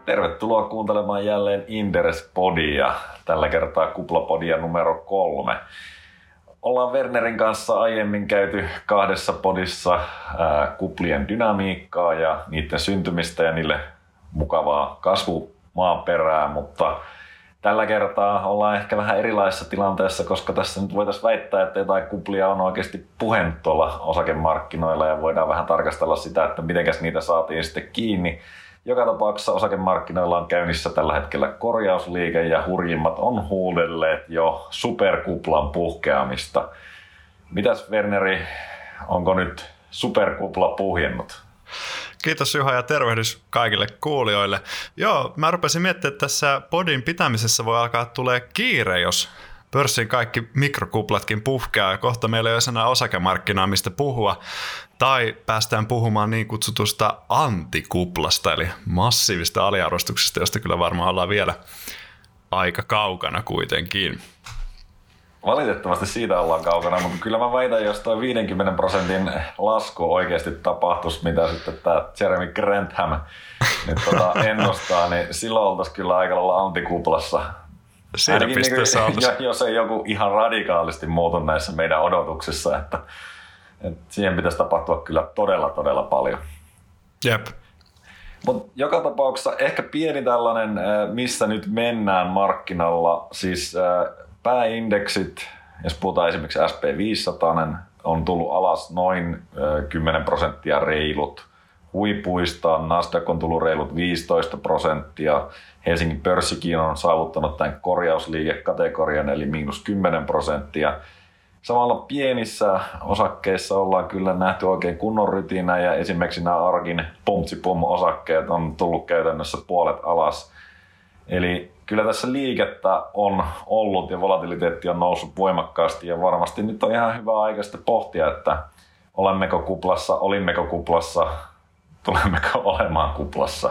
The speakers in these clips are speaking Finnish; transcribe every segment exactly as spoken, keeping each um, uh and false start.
Tervetuloa kuuntelemaan jälleen Inderes-podia, tällä kertaa kuplapodia numero kolme. Ollaan Wernerin kanssa aiemmin käyty kahdessa podissa ää, kuplien dynamiikkaa ja niiden syntymistä ja niille mukavaa kasvumaaperää, mutta tällä kertaa ollaan ehkä vähän erilaisessa tilanteessa, koska tässä nyt voitaisiin väittää, että jotain kuplia on oikeasti puhennut tuolla osakemarkkinoilla ja voidaan vähän tarkastella sitä, että mitenkäs niitä saatiin sitten kiinni. Joka tapauksessa osakemarkkinoilla on käynnissä tällä hetkellä korjausliike ja hurjimmat on huudelleet jo superkuplan puhkeamista. Mitäs Werneri, onko nyt superkupla puhjennut? Kiitos Juha ja tervehdys kaikille kuulijoille. Joo, mä rupesin miettimään, että tässä podin pitämisessä voi alkaa tulee kiire, jos pörssin kaikki mikrokuplatkin puhkeaa ja kohta meillä ei ole enää osakemarkkinaa, mistä puhua. Tai päästään puhumaan niin kutsutusta antikuplasta, eli massiivista aliarvostuksesta, josta kyllä varmaan ollaan vielä aika kaukana kuitenkin. Valitettavasti siitä ollaan kaukana, mutta kyllä mä väitän, jos toi viidenkymmenen prosentin lasku oikeasti tapahtuisi, mitä sitten tämä Jeremy Grantham nyt tota ennustaa, niin silloin oltaisiin kyllä aika lailla antikuplassa. Siinä pisteessä niin kuin, jos ei joku ihan radikaalisti muutu näissä meidän odotuksissa, että, että siihen pitäisi tapahtua kyllä todella, todella paljon. Jep. Mutta joka tapauksessa ehkä pieni tällainen, missä nyt mennään markkinalla, siis pääindeksit, jos puhutaan esimerkiksi S and P viisisataa, on tullut alas noin kymmenen prosenttia reilut. Huipuista Nasdaq on tullut reilut viisitoista prosenttia. Helsingin pörssikin on saavuttanut tämän korjausliikekategorian eli miinus kymmenen prosenttia. Samalla pienissä osakkeissa ollaan kyllä nähty oikein kunnon rytinä ja esimerkiksi nämä Arkin Pumtsipum-osakkeet on tullut käytännössä puolet alas. Eli kyllä tässä liikettä on ollut ja volatiliteetti on noussut voimakkaasti ja varmasti nyt on ihan hyvä aika sitten pohtia, että olemmeko kuplassa, olimmeko kuplassa, tulemmeko olemaan kuplassa.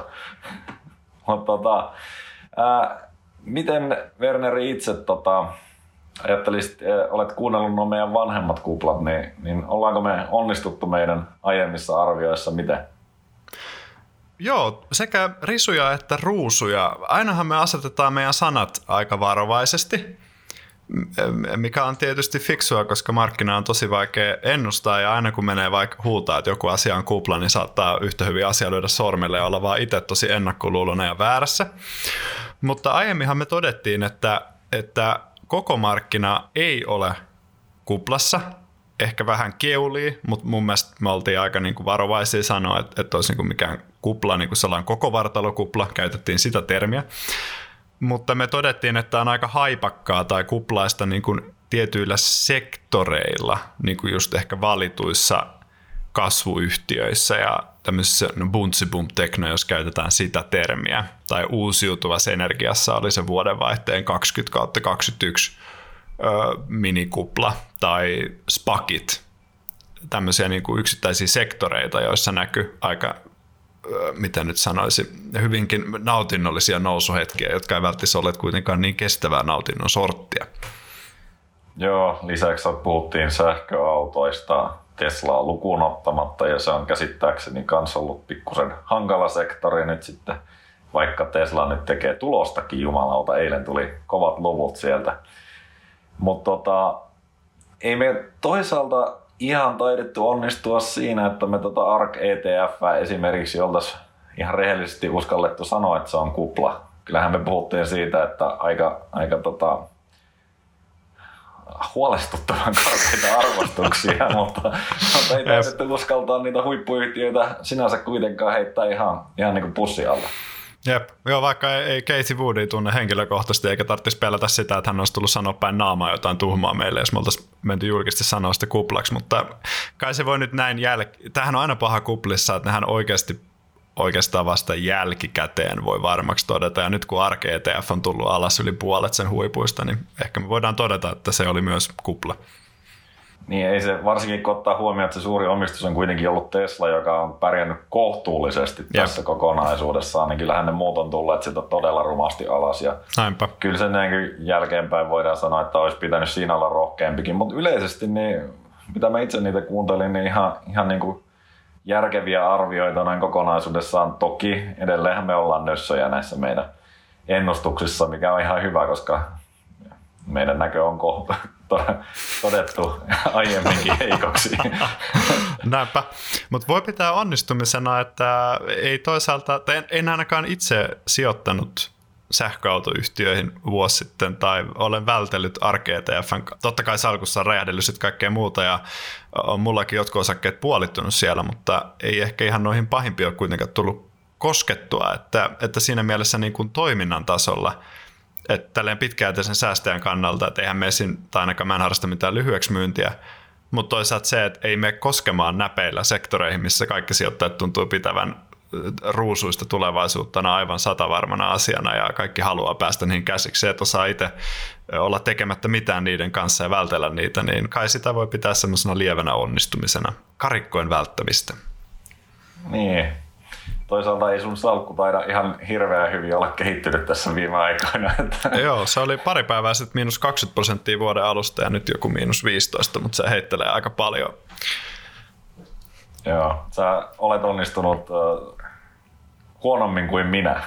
Mutta tota, ää, miten Werneri itse tota, ajattelisit, ää, olet kuunnellut nuo meidän vanhemmat kuplat, niin, niin ollaanko me onnistuttu meidän aiemmissa arvioissa miten? Joo, sekä risuja että ruusuja. Ainahan me asetetaan meidän sanat aika varovaisesti, mikä on tietysti fiksua, koska markkina on tosi vaikea ennustaa ja aina kun menee vaikka huutaa, että joku asia on kupla, niin saattaa yhtä hyvin asia lyödä sormille ja olla vaan itse tosi ennakkoluulona ja väärässä. Mutta aiemminhan me todettiin, että, että koko markkina ei ole kuplassa. Ehkä vähän keulii, mutta mun mielestä me oltiin aika niin kuin varovaisia sanoa, että, että olisi niin kuin mikään kupla, niin kuin sellainen koko vartalokupla, käytettiin sitä termiä. Mutta me todettiin, että on aika haipakkaa tai kuplaista niin kuin tietyillä sektoreilla, niin kuin just ehkä valituissa kasvuyhtiöissä ja tämmöisessä no buntsibum-tekno, jos käytetään sitä termiä. Tai uusiutuvassa energiassa oli se vuodenvaihteen kaksikymmentä kaksikymmentäyksi minikupla tai spakit, tämmöisiä niin kuin yksittäisiä sektoreita, joissa näkyy aika, mitä nyt sanoisi, hyvinkin nautinnollisia nousuhetkiä, jotka ei välttämättä ole kuitenkaan niin kestävää nautinnon sorttia. Joo, lisäksi puhuttiin sähköautoista Teslaa lukuun ottamatta, ja se on käsittääkseni kanssa ollut pikkusen hankala sektori nyt sitten, vaikka Tesla nyt tekee tulostakin jumalauta, eilen tuli kovat luvut sieltä. Mutta tota, ei me toisaalta ihan taidettu onnistua siinä, että me tota A R K E T F esimerkiksi oltaisiin ihan rehellisesti uskallettu sanoa, että se on kupla. Kyllähän me puhuttiin siitä, että aika, aika tota, huolestuttavan korkeita arvostuksia, mutta, mutta ei taidettu uskaltaa niitä huippuyhtiöitä sinänsä kuitenkaan heittää ihan, ihan niin kuin pussi alla. Jep. Joo, vaikka ei, ei Casey Woodia tunne henkilökohtaisesti eikä tarvitsisi pelätä sitä, että hän olisi tullut sanoa päin naamaa jotain tuhmaa meille, jos me oltaisiin menty julkisesti sanoa sitä kuplaksi, mutta kai se voi nyt näin jäl- tämähän on aina paha kuplissa, että nehän oikeasti oikeastaan vasta jälkikäteen voi varmaksi todeta, ja nyt kun A R K E T F on tullut alas yli puolet sen huipuista, niin ehkä me voidaan todeta, että se oli myös kupla. Niin ei se, varsinkin kun ottaa huomioon, että se suuri omistus on kuitenkin ollut Tesla, joka on pärjännyt kohtuullisesti tässä Jep. kokonaisuudessaan, niin kyllähän ne muut on tulleet sitä todella rumasti alas. Ja Näinpä. Kyllä sen jälkeenpäin voidaan sanoa, että olisi pitänyt siinä olla rohkeampikin, mutta yleisesti, niin, mitä mä itse niitä kuuntelin, niin ihan, ihan niin kuin järkeviä arvioita noin kokonaisuudessaan. Toki edelleenhän me ollaan nössöjä näissä meidän ennustuksissa, mikä on ihan hyvä, koska meidän näkö on kohta todettu aiemminkin heikoksi. Näinpä. Mutta voi pitää onnistumisena, että ei toisaalta, tai en, en ainakaan itse sijoittanut sähköautoyhtiöihin vuosi sitten, tai olen vältellyt R G T F:n. Totta kai salkussa on räjähdellyt sit kaikkea muuta, ja on mullakin jotkut osakkeet puolittunut siellä, mutta ei ehkä ihan noihin pahimpiin ole kuitenkaan tullut koskettua, että, että siinä mielessä niin kuin toiminnan tasolla, että tälleen pitkäjänteisen säästäjän kannalta, että eihän me esim, tai ainakaan mä en harrasta mitään lyhyeksi myyntiä, mutta toisaalta se, että ei mene koskemaan näpeillä sektoreihin, missä kaikki sijoittajat tuntuu pitävän ruusuista tulevaisuuttana aivan satavarmana asiana ja kaikki haluaa päästä niihin käsiksi. Se, että osaa itse olla tekemättä mitään niiden kanssa ja vältellä niitä, niin kai sitä voi pitää semmoisena lievänä onnistumisena, karikkojen välttämistä. Niin. Toisaalta ei sun salkku taida ihan hirveän hyvin olla kehittynyt tässä viime aikoina. Että. Joo, se oli pari päivää sitten miinus kaksikymmentä prosenttia vuoden alusta ja nyt joku miinus viisitoista, mutta se heittelee aika paljon. Joo, sä olet onnistunut uh, huonommin kuin minä.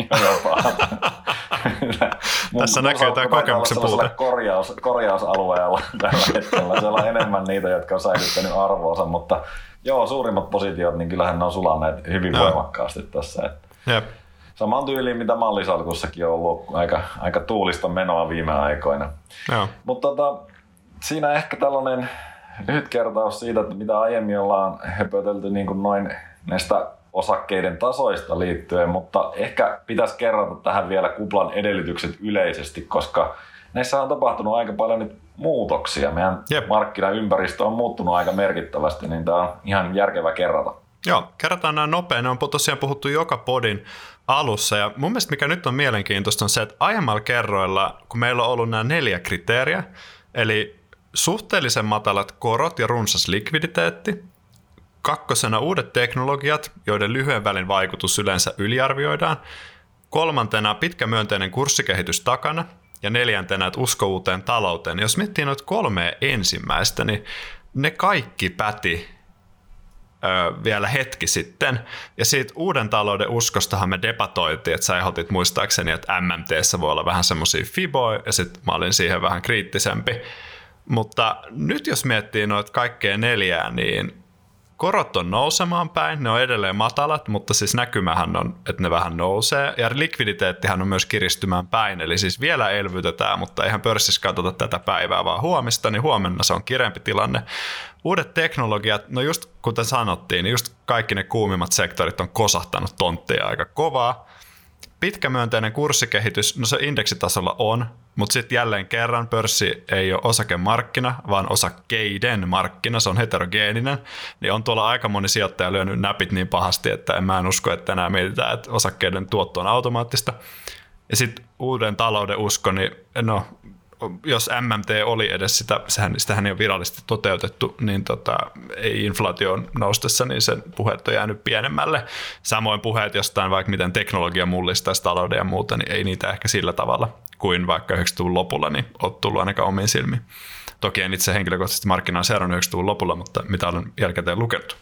Tässä näkyy tämä kokemuksen puute. Korjaus, korjausalueella tällä hetkellä. Siellä on enemmän niitä, jotka on säilyttänyt arvoonsa, mutta joo, suurimmat positiot, niin kyllähän ne on sulanneet hyvin no. voimakkaasti tässä. Jep. Samaan tyyliin, mitä mallisalkussakin on ollut aika, aika tuulista menoa viime aikoina. No. Mutta tota, siinä ehkä tällainen lyhyt kertaus siitä, että mitä aiemmin ollaan höpötelty niin kuin noin näistä osakkeiden tasoista liittyen, mutta ehkä pitäisi kerrata tähän vielä kuplan edellytykset yleisesti, koska näissä on tapahtunut aika paljon nyt muutoksia. Meidän Jep. markkinaympäristö on muuttunut aika merkittävästi, niin tämä on ihan järkevä kerrata. Joo, kerrataan nämä nopein. Ne on tosiaan puhuttu joka podin alussa. Ja mun mielestä mikä nyt on mielenkiintoista on se, että aiemmalla kerroilla, kun meillä on ollut nämä neljä kriteeriä, eli suhteellisen matalat korot ja runsas likviditeetti, kakkosena uudet teknologiat, joiden lyhyen välin vaikutus yleensä yliarvioidaan, kolmantena pitkä myönteinen kurssikehitys takana, ja neljäntenä, että usko uuteen talouteen. Jos miettii noita kolmea ensimmäistä, niin ne kaikki päti ö, vielä hetki sitten. Ja siitä uuden talouden uskostahan me debatoitiin, että sä ehdotit muistaakseni, että M M T:ssä voi olla vähän semmoisia fiboja, ja sitten mä olin siihen vähän kriittisempi. Mutta nyt jos miettii noita kaikkea neljää, niin korot on nousemaan päin, ne on edelleen matalat, mutta siis näkymähän on, että ne vähän nousee. Ja likviditeettihän on myös kiristymään päin, eli siis vielä elvytetään, mutta eihän pörssissä katsota tätä päivää, vaan huomista, niin huomenna se on kireempi tilanne. Uudet teknologiat, no just kuten sanottiin, niin just kaikki ne kuumimmat sektorit on kosahtanut tontteja aika kovaa. Pitkämyönteinen kurssikehitys, no se indeksitasolla on, mutta sitten jälleen kerran pörssi ei ole osakemarkkina, vaan osakkeiden markkina, se on heterogeeninen, niin on tuolla aika moni sijoittaja lyönyt näpit niin pahasti, että en mä en usko, että enää mietitään, että osakkeiden tuotto on automaattista. Ja sitten uuden talouden usko, niin no, jos M M T oli edes sitä, sehän, sitähän ei ole virallisesti toteutettu, niin tota, ei inflaation noustessa, niin sen puheet on jäänyt pienemmälle. Samoin puheet jostain vaikka miten teknologia mullistaisi talouden ja muuta, niin ei niitä ehkä sillä tavalla kuin vaikka yhdeksänkymmentäluvun lopulla, niin ole tullut ainakaan omiin silmiin. Toki en itse henkilökohtaisesti markkinaa seurannut yhdeksänkymmentäluvun lopulla, mutta mitä olen jälkikäteen lukenut.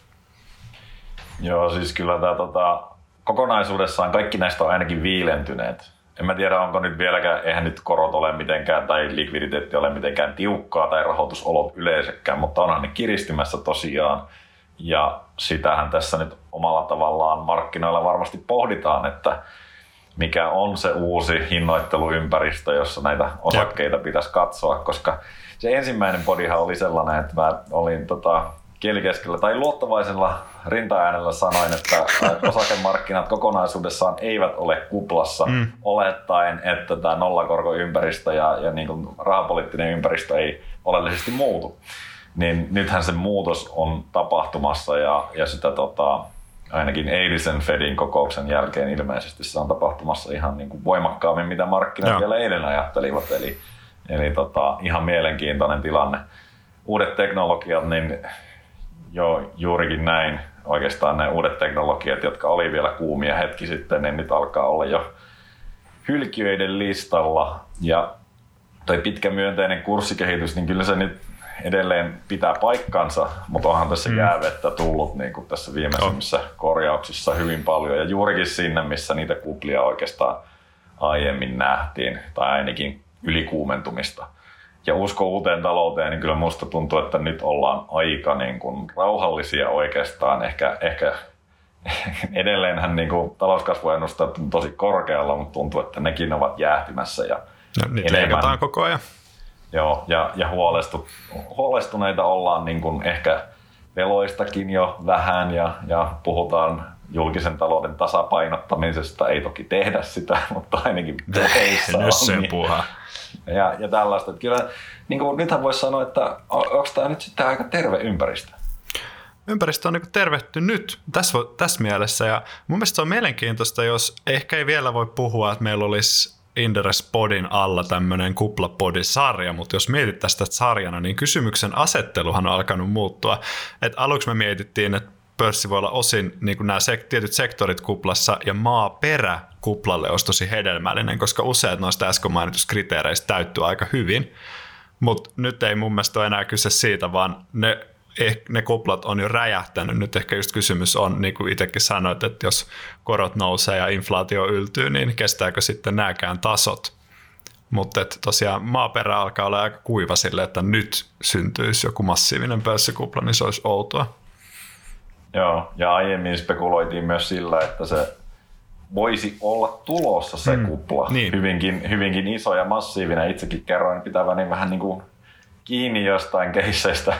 Joo, siis kyllä tämä tota, kokonaisuudessaan kaikki näistä on ainakin viilentyneet. En mä tiedä, onko nyt vieläkään, eihän nyt korot ole mitenkään tai likviditeetti ole mitenkään tiukkaa tai rahoitusolot yleensäkään, mutta onhan ne kiristymässä tosiaan. Ja sitähän tässä nyt omalla tavallaan markkinoilla varmasti pohditaan, että mikä on se uusi hinnoitteluympäristö, jossa näitä osakkeita pitäisi katsoa, koska se ensimmäinen podihan oli sellainen, että mä olin tota, kielikeskellä tai luottavaisella rintaäänellä sanoin, että osakemarkkinat kokonaisuudessaan eivät ole kuplassa, mm. olettaen, että tämä nollakorkoympäristö ja, ja niin kuin rahapoliittinen ympäristö ei oleellisesti muutu. Niin nythän se muutos on tapahtumassa ja, ja sitä tota, ainakin eilisen Fedin kokouksen jälkeen ilmeisesti se on tapahtumassa ihan niin kuin voimakkaammin, mitä markkinat Joo. vielä eilen ajattelivat. Eli, eli tota, ihan mielenkiintoinen tilanne. Uudet teknologiat, niin joo, juurikin näin. Oikeastaan ne uudet teknologiat, jotka oli vielä kuumia hetki sitten, niin nyt alkaa olla jo hylkiöiden listalla. Ja toi pitkä myönteinen kurssikehitys, niin kyllä se nyt edelleen pitää paikkansa, mutta onhan tässä mm. jäävettä tullut niin kuin tässä viimeisimmissä oh. korjauksissa hyvin paljon. Ja juurikin sinne, missä niitä kuplia oikeastaan aiemmin nähtiin, tai ainakin ylikuumentumista. Ja usko uuteen talouteen, niin kyllä musta tuntuu, että nyt ollaan aika niin kuin rauhallisia oikeastaan. Ehkä, ehkä edelleenhän niin kuin talouskasvuennusteet on tosi korkealla, mutta tuntuu, että nekin ovat jäähtymässä. Ja no, niitä leikataan koko ajan. Joo, ja, ja huolestu, huolestuneita ollaan niin kuin ehkä veloistakin jo vähän ja, ja puhutaan julkisen talouden tasapainottamisesta. Ei toki tehdä sitä, mutta ainakin puheissa on. Niin. Ja, ja tällaista. Että kyllä, niin kuin, nythän voisi sanoa, että onko tämä nyt sitten aika terve ympäristö? Ympäristö on niin tervehty nyt tässä, tässä mielessä. Ja mun mielestä se on mielenkiintoista, jos ehkä ei vielä voi puhua, että meillä olisi Inderes Podin alla tämmöinen kuplapodisarja, mutta jos mietittäisiin tästä sarjana, niin kysymyksen asetteluhan on alkanut muuttua. Et aluksi me mietittiin, että pörssi voi olla osin niin kuin nämä sek- tietyt sektorit kuplassa ja maaperä kuplalle olisi tosi hedelmällinen, koska useat noista äsken mainituista kriteereistä täyttyy aika hyvin. Mutta nyt ei mun mielestä ole enää kyse siitä, vaan ne, eh, ne kuplat on jo räjähtänyt. Nyt ehkä just kysymys on, niin kuin itsekin sanoit, että jos korot nousee ja inflaatio yltyy, niin kestääkö sitten nämäkään tasot? Mutta tosiaan maaperä alkaa olla aika kuiva sille, että nyt syntyisi joku massiivinen pörssikupla, niin se olisi outoa. Joo, ja aiemmin spekuloitiin myös sillä, että se voisi olla tulossa se mm, kupla. Niin. Hyvinkin, hyvinkin iso ja massiivinen. Itsekin kerroin pitäväni vähän niin kuin kiinni jostain keisseistä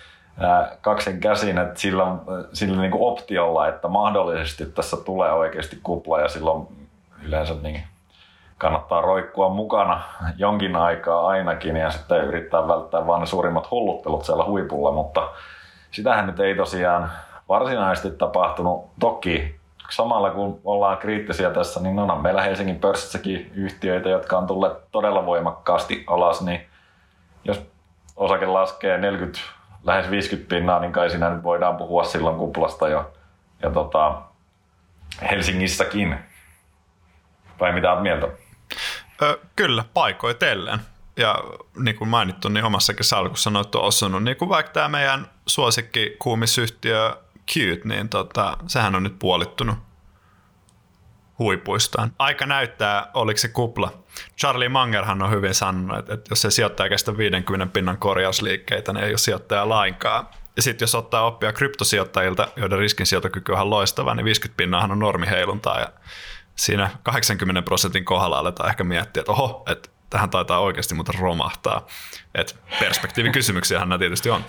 kaksin käsin, että sillä, sillä niin kuin optiolla, että mahdollisesti tässä tulee oikeasti kupla ja silloin yleensä niin kannattaa roikkua mukana jonkin aikaa ainakin ja sitten yrittää välttää vain ne suurimmat hulluttelut siellä huipulla, mutta sitähän nyt ei tosiaan varsinaisesti tapahtunut. Toki samalla kun ollaan kriittisiä tässä, niin on meillä Helsingin pörssissäkin yhtiöitä, jotka on tulleet todella voimakkaasti alas, niin jos osake laskee neljäkymmentä, lähes viisikymmentä pinnaa, niin kai siinä nyt voidaan puhua silloin kuplasta jo. Ja tota, Helsingissäkin. Vai mitä olet mieltä? Ö, kyllä, paikoitellen. Ja niin kuin mainittu, niin omassakin salkussa noit on osunut. Niin kuin vaikka tämä meidän suosikki kuumisyhtiö Qt, niin tota, sehän on nyt puolittunut huipuistaan. Aika näyttää, oliko se kupla. Charlie Mangerhan on hyvin sanonut, että, että jos se sijoittaja kestä viidenkymmenen pinnan korjausliikkeitä, niin ei ole sijoittaja lainkaan. Ja sitten jos ottaa oppia kryptosijoittajilta, joiden riskinsijoitokyky on loistava, niin viisikymmentä pinnaahan on normiheiluntaa. Ja siinä kahdeksankymmentä prosentin kohdalla aletaan ehkä miettiä, että oho, että tähän taitaa oikeasti muuten romahtaa. Että perspektiivikysymyksiähän nämä tietysti on.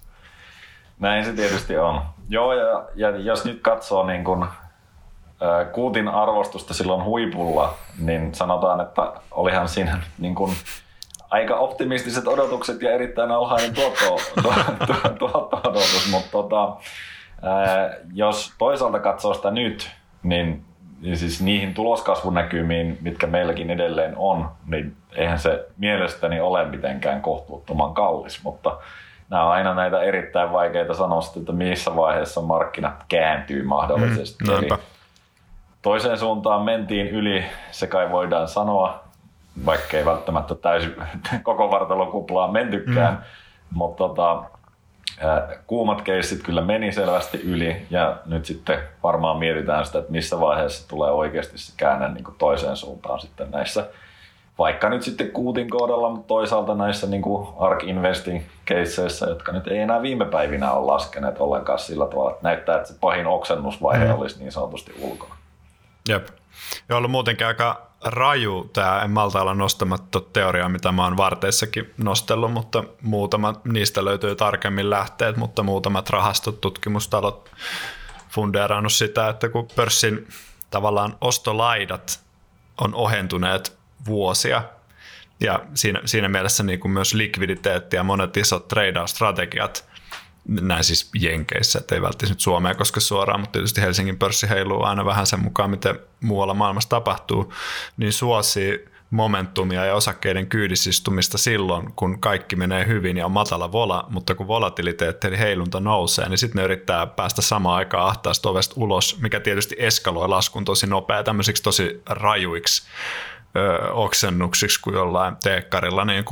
Näin se tietysti on. Joo, ja, ja jos nyt katsoo niin kun, ä, Qtin arvostusta silloin huipulla, niin sanotaan, että olihan siinä niin kun, aika optimistiset odotukset ja erittäin alhainen tuotto-odotus, mutta tota, ä, jos toisaalta katsoo sitä nyt, niin siis niihin tuloskasvunäkymiin, mitkä meilläkin edelleen on, niin eihän se mielestäni ole mitenkään kohtuuttoman kallis, mutta nämä on aina näitä erittäin vaikeita sanoa, että missä vaiheessa markkinat kääntyy mahdollisesti. Mm, Eli toiseen suuntaan mentiin yli, se kai voidaan sanoa, vaikka ei välttämättä täysin koko vartalokuplaa mentykään, mm. mutta tota, kuumat keissit kyllä meni selvästi yli ja nyt sitten varmaan mietitään sitä, että missä vaiheessa tulee oikeasti se käänne niin kuin toiseen suuntaan sitten näissä, vaikka nyt sitten Qtin kohdalla, mutta toisaalta näissä niin kuin Ark Investing keisseissä, jotka nyt ei enää viime päivinä ole laskeneet ollenkaan sillä tavalla, että näyttää, että se pahin oksennusvaihe mm. olisi niin sanotusti ulkona. Jep. Ja ollut muutenkin aika raju tämä, en malta olla nostamatta teoriaa, mitä mä oon varteissakin nostellut, mutta muutama, niistä löytyy tarkemmin lähteet, mutta muutamat rahastot, tutkimustalot fundeerannut sitä, että kun pörssin tavallaan ostolaidat on ohentuneet vuosia, ja siinä, siinä mielessä niin kuin myös likviditeetti ja monet isot trade-strategiat, näin siis Jenkeissä, että ei välttämättä nyt Suomea koske suoraan, mutta tietysti Helsingin pörssi heiluu aina vähän sen mukaan, miten muualla maailmassa tapahtuu, niin suosii momentumia ja osakkeiden kyydisistumista silloin, kun kaikki menee hyvin ja on matala vola, mutta kun volatiliteetti eli heilunta nousee, niin sitten ne yrittää päästä samaan aikaan ahtaasta ovesta ulos, mikä tietysti eskaloi laskun tosi nopea tämmöisiksi tosi rajuiksi ö, oksennuksiksi kuin jollain teekkarilla niin kuin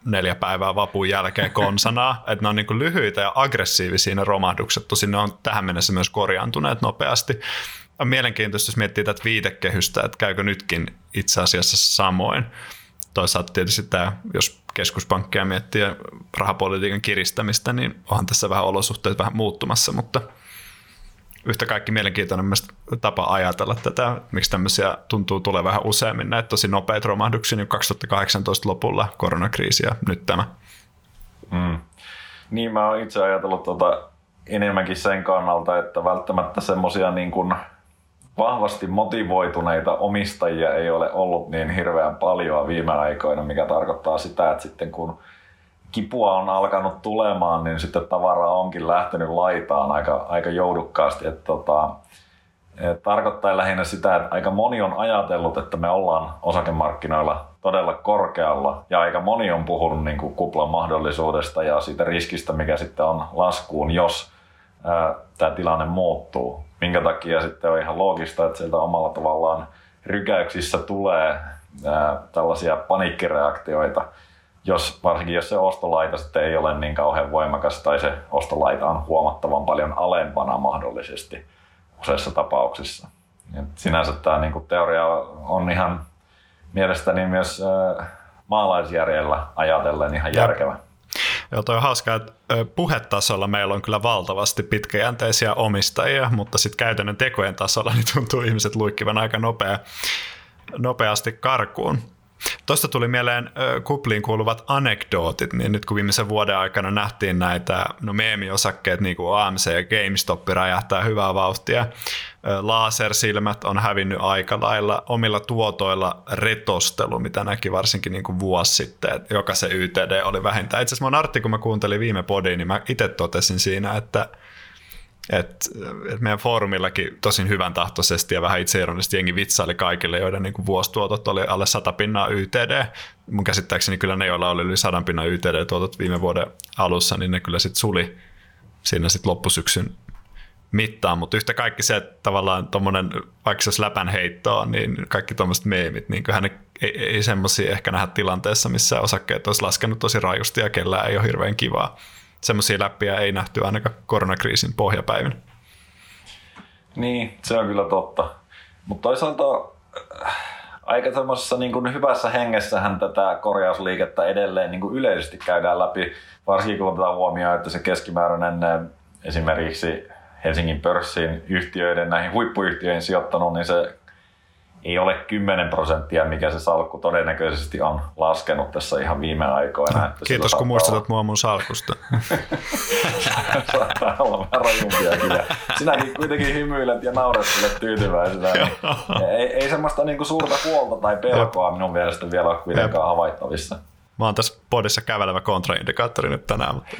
neljä päivää vapun jälkeen konsanaa. Että ne on niin kuin lyhyitä ja aggressiivisia ne romahdukset. Tosin ne on tähän mennessä myös korjaantuneet nopeasti. On mielenkiintoista, jos miettii tätä viitekehystä, että käykö nytkin itse asiassa samoin. Toisaalta tietysti tämä, jos keskuspankkeja miettii ja rahapolitiikan kiristämistä, niin onhan tässä vähän olosuhteet vähän muuttumassa, mutta yhtä kaikki mielenkiintoinen tapa ajatella tätä, miksi tämmöisiä tuntuu tulee vähän useammin. Näitä tosi nopeita romahduksia niin kaksituhattakahdeksantoista lopulla koronakriisi ja nyt tämä. Mm. Niin mä oon itse ajatellut tuota enemmänkin sen kannalta, että välttämättä semmoisia niin kuin vahvasti motivoituneita omistajia ei ole ollut niin hirveän paljon viime aikoina, mikä tarkoittaa sitä, että sitten kun kipua on alkanut tulemaan, niin sitten tavaraa onkin lähtenyt laitaan aika, aika joudukkaasti. Että tota, et tarkoittaa lähinnä sitä, että aika moni on ajatellut, että me ollaan osakemarkkinoilla todella korkealla ja aika moni on puhunut niin kuin kuplan mahdollisuudesta ja siitä riskistä, mikä sitten on laskuun, jos tämä tilanne muuttuu. Minkä takia sitten on ihan loogista, että sieltä omalla tavallaan rykäyksissä tulee ää, tällaisia paniikkireaktioita, jos, varsinkin jos se ostolaita sitten ei ole niin kauhean voimakas tai se ostolaita on huomattavan paljon alempana mahdollisesti useissa tapauksissa. Et sinänsä tämä niinku teoria on ihan mielestäni myös ää, maalaisjärjellä ajatellen ihan järkevä. Joo, toi on hauskaa, että puhetasolla meillä on kyllä valtavasti pitkäjänteisiä omistajia, mutta sitten käytännön tekojen tasolla niin tuntuu ihmiset luikkivan aika nopea, nopeasti karkuun. Tuosta tuli mieleen kupliin kuuluvat anekdootit, niin nyt kun viimeisen vuoden aikana nähtiin näitä no meemiosakkeet, niin kuin A M C ja GameStop räjähtää hyvää vauhtia, lasersilmät on hävinnyt aika lailla, omilla tuotoilla retostelu, mitä näki varsinkin niin kuin vuosi sitten, että jokaisen Y T D oli vähintään. Itse asiassa mun artti, kun mä kuuntelin viime podiin, niin mä itse totesin siinä, että että et meidän foorumillakin tosin hyvän tahtoisesti ja vähän itseironisesti jengi vitsaili kaikille, joiden niin kuin vuosituotot oli alle sata pinnaa Y T D. Mun käsittääkseni kyllä ne, joilla oli yli sadan pinnaa Y T D-tuotot viime vuoden alussa, niin ne kyllä sitten suli siinä sitten loppusyksyn mittaan. Mutta yhtä kaikki se, että tavallaan tommonen, vaikka se olisi läpän heittoa, niin kaikki tuommoiset meemit, niin kyllähän ne ei, ei semmoisia ehkä nähdä tilanteessa, missä osakkeet olisi laskenut tosi rajusti ja kellään ei ole hirveän kivaa. Semmoisia läppiä ei nähty ainakaan koronakriisin pohjapäivinä. Niin, se on kyllä totta. Mutta toisaalta äh, aika semmoisessa niin kuin hyvässä hengessähän tätä korjausliikettä edelleen niin kuin yleisesti käydään läpi. Varsinkin kun otetaan huomioon, että se keskimääräinen äh, esimerkiksi Helsingin pörssin yhtiöiden näihin huippuyhtiöihin sijoittanut, niin se ei ole kymmenen prosenttia, mikä se salkku todennäköisesti on laskenut tässä ihan viime aikoina. Että kiitos, kun muistutat olla mua mun salkusta. Saattaa olla vähän rajumpiakin. Sinäkin kuitenkin hymyilet ja naureskelet tyytyväisenä. ei, ei semmoista niinku suurta huolta tai pelkoa minun mielestä vielä ole kuitenkaan havaittavissa. Mä oon tässä podissa kävelevä kontraindikaattori nyt tänään. Mutta,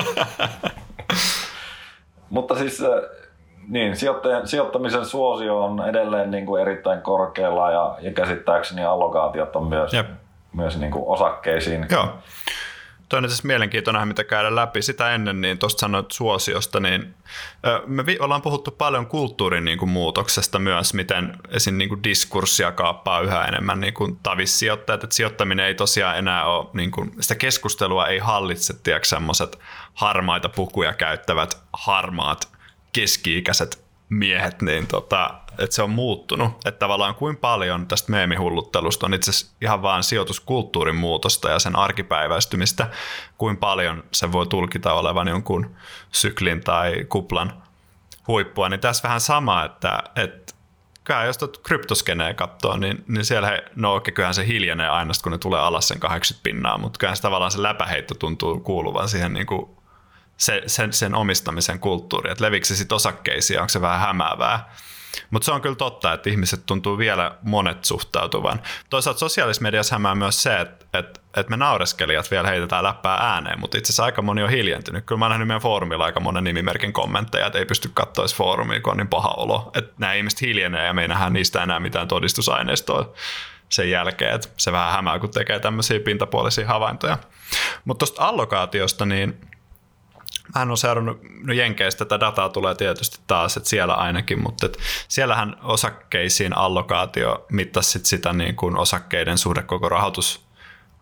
mutta siis... Niin, sijoittamisen suosio on edelleen niin kuin erittäin korkealla ja, ja käsittääkseni allokaatiot on myös, myös niin kuin osakkeisiin. Joo. Toinen siis mielenkiintoinen, mitä käydään läpi. Sitä ennen, niin tuosta sanoit suosiosta, niin me vi- ollaan puhuttu paljon kulttuurin niin kuin muutoksesta myös, miten esim. Niin kuin diskurssia kaappaa yhä enemmän niin kuin tavissijoittajat. Että sijoittaminen ei tosiaan enää ole, niin kuin, sitä keskustelua ei hallitse, tiedätkö, semmoiset harmaita pukuja käyttävät harmaat keski-ikäiset miehet, niin tota, että se on muuttunut. Että tavallaan kuin paljon tästä meemihulluttelusta on itse asiassa ihan vaan sijoituskulttuurin muutosta ja sen arkipäiväistymistä, kuin paljon se voi tulkita olevan jonkun syklin tai kuplan huippua. Niin tässä vähän sama, että, että jos tuot kryptoskeneen katsoo, niin, niin siellä he, no okei, kyllähän se hiljenee aina, kun ne tulee alas sen kahdeksankymmentä pinnaa, mutta kyllähän se tavallaan se läpäheitto tuntuu kuuluvan siihen niin kuin Se, sen, sen omistamisen kulttuuri, että leviikö se sitten osakkeisiin, onko se vähän hämäävää. Mutta se on kyllä totta, että ihmiset tuntuu vielä monet suhtautuvan. Toisaalta sosiaalisessa mediassa hämää myös se, että, että, että me naureskelijat vielä heitetään läppää ääneen, mutta itse asiassa aika moni on hiljentynyt. Kyllä mä oon nähnyt meidän foorumilla aika monen nimimerkin kommentteja, että ei pysty katsoa edes foorumia, kun on niin paha olo. Että nämä ihmiset hiljenee ja me ei nähdä niistä enää mitään todistusaineistoa sen jälkeen, että se vähän hämää, kun tekee tämmöisiä pintapuolisia havaintoja. Mutta tuosta allokaatiosta, niin hän on seurannut, no Jenkeistä tätä dataa tulee tietysti taas, että siellä ainakin, mutta että siellähän osakkeisiin allokaatio mittasi sit sitä niin kuin osakkeiden suhde koko rahoitus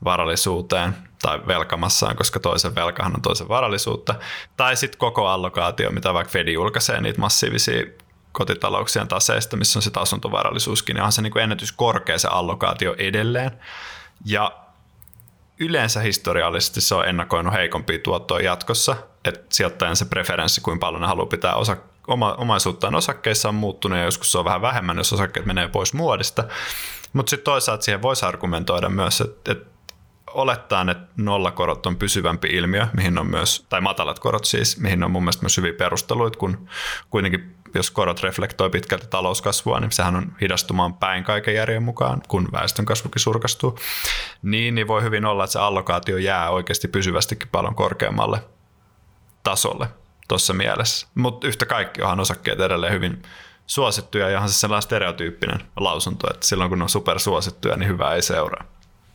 varallisuuteen tai velkamassaan, koska toisen velkahan on toisen varallisuutta. Tai sitten koko allokaatio, mitä vaikka Fed julkaisee niitä massiivisia kotitalouksien taseista, missä on sitten asuntovarallisuuskin, niin onhan se niin kuin ennätyskorkea se allokaatio edelleen. Ja yleensä historiallisesti se on ennakoinut heikompia tuottoja jatkossa, että sijoittajan se preferenssi, kuinka paljon ne haluaa pitää osa, oma, omaisuuttaan osakkeissa on muuttunut ja joskus se on vähän vähemmän, jos osakkeet menee pois muodista. Mutta sitten toisaalta siihen voisi argumentoida myös, että, että olettaen, että nollakorot on pysyvämpi ilmiö, mihin on myös, tai matalat korot siis, mihin on mun mielestä myös hyviä perusteluita, kun kuitenkin jos korot reflektoi pitkälti talouskasvua, niin sehän on hidastumaan päin kaiken järjen mukaan, kun väestönkasvukin surkastuu. Niin, niin voi hyvin olla, että se allokaatio jää oikeasti pysyvästikin paljon korkeammalle tasolle tuossa mielessä. Mutta yhtä kaikki onhan osakkeet edelleen hyvin suosittuja, ja onhan se sellainen stereotyyppinen lausunto, että silloin kun on supersuosittuja, niin hyvää ei seuraa.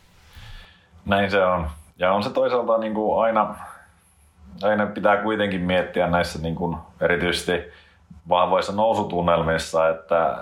Näin se on. Ja on se toisaalta niin kuin aina, aina pitää kuitenkin miettiä näissä niin kuin erityisesti vahvoissa nousutunnelmissa, että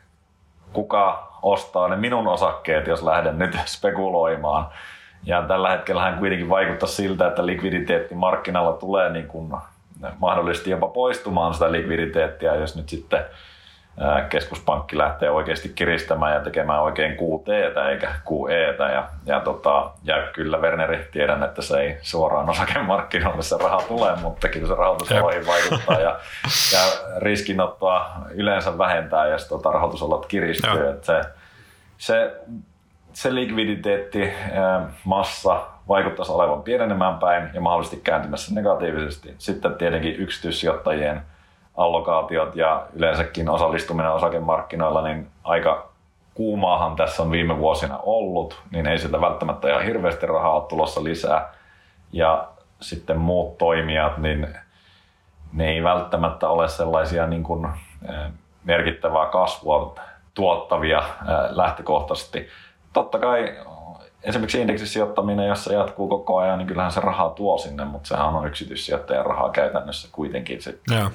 kuka ostaa ne minun osakkeet, jos lähden nyt spekuloimaan. Ja tällä hetkellähän kuitenkin vaikuttaa siltä, että likviditeetti markkinalla tulee niin kuin mahdollisesti jopa poistumaan sitä likviditeettiä, jos nyt sitten keskuspankki lähtee oikeasti kiristämään ja tekemään oikein Q T:tä eikä Q E:tä. Ja, ja, tota, ja kyllä Werneri, tiedän, että se ei suoraan osakemarkkinoille se raha tulee, mutta kyllä se rahoitusoloihin vaikuttaa ja, ja riskinottoa yleensä vähentää, jos tota, rahoitusolot kiristyy. Että se, se, se likviditeetti, massa vaikuttaisi olevan pienenemään päin ja mahdollisesti kääntymässä negatiivisesti. Sitten tietenkin yksityissijoittajien allokaatiot ja yleensäkin osallistuminen osakemarkkinoilla, niin aika kuumaahan tässä on viime vuosina ollut, niin ei sieltä välttämättä ihan hirveästi rahaa ole tulossa lisää. Ja sitten muut toimijat, niin ne ei välttämättä ole sellaisia niin kuin merkittävää kasvua tuottavia lähtökohtaisesti. Totta kai esimerkiksi indeksisijoittaminen, jos se jatkuu koko ajan, niin kyllähän se rahaa tuo sinne, mutta sehän on yksityissijoittajan rahaa käytännössä kuitenkin sitten. Joo.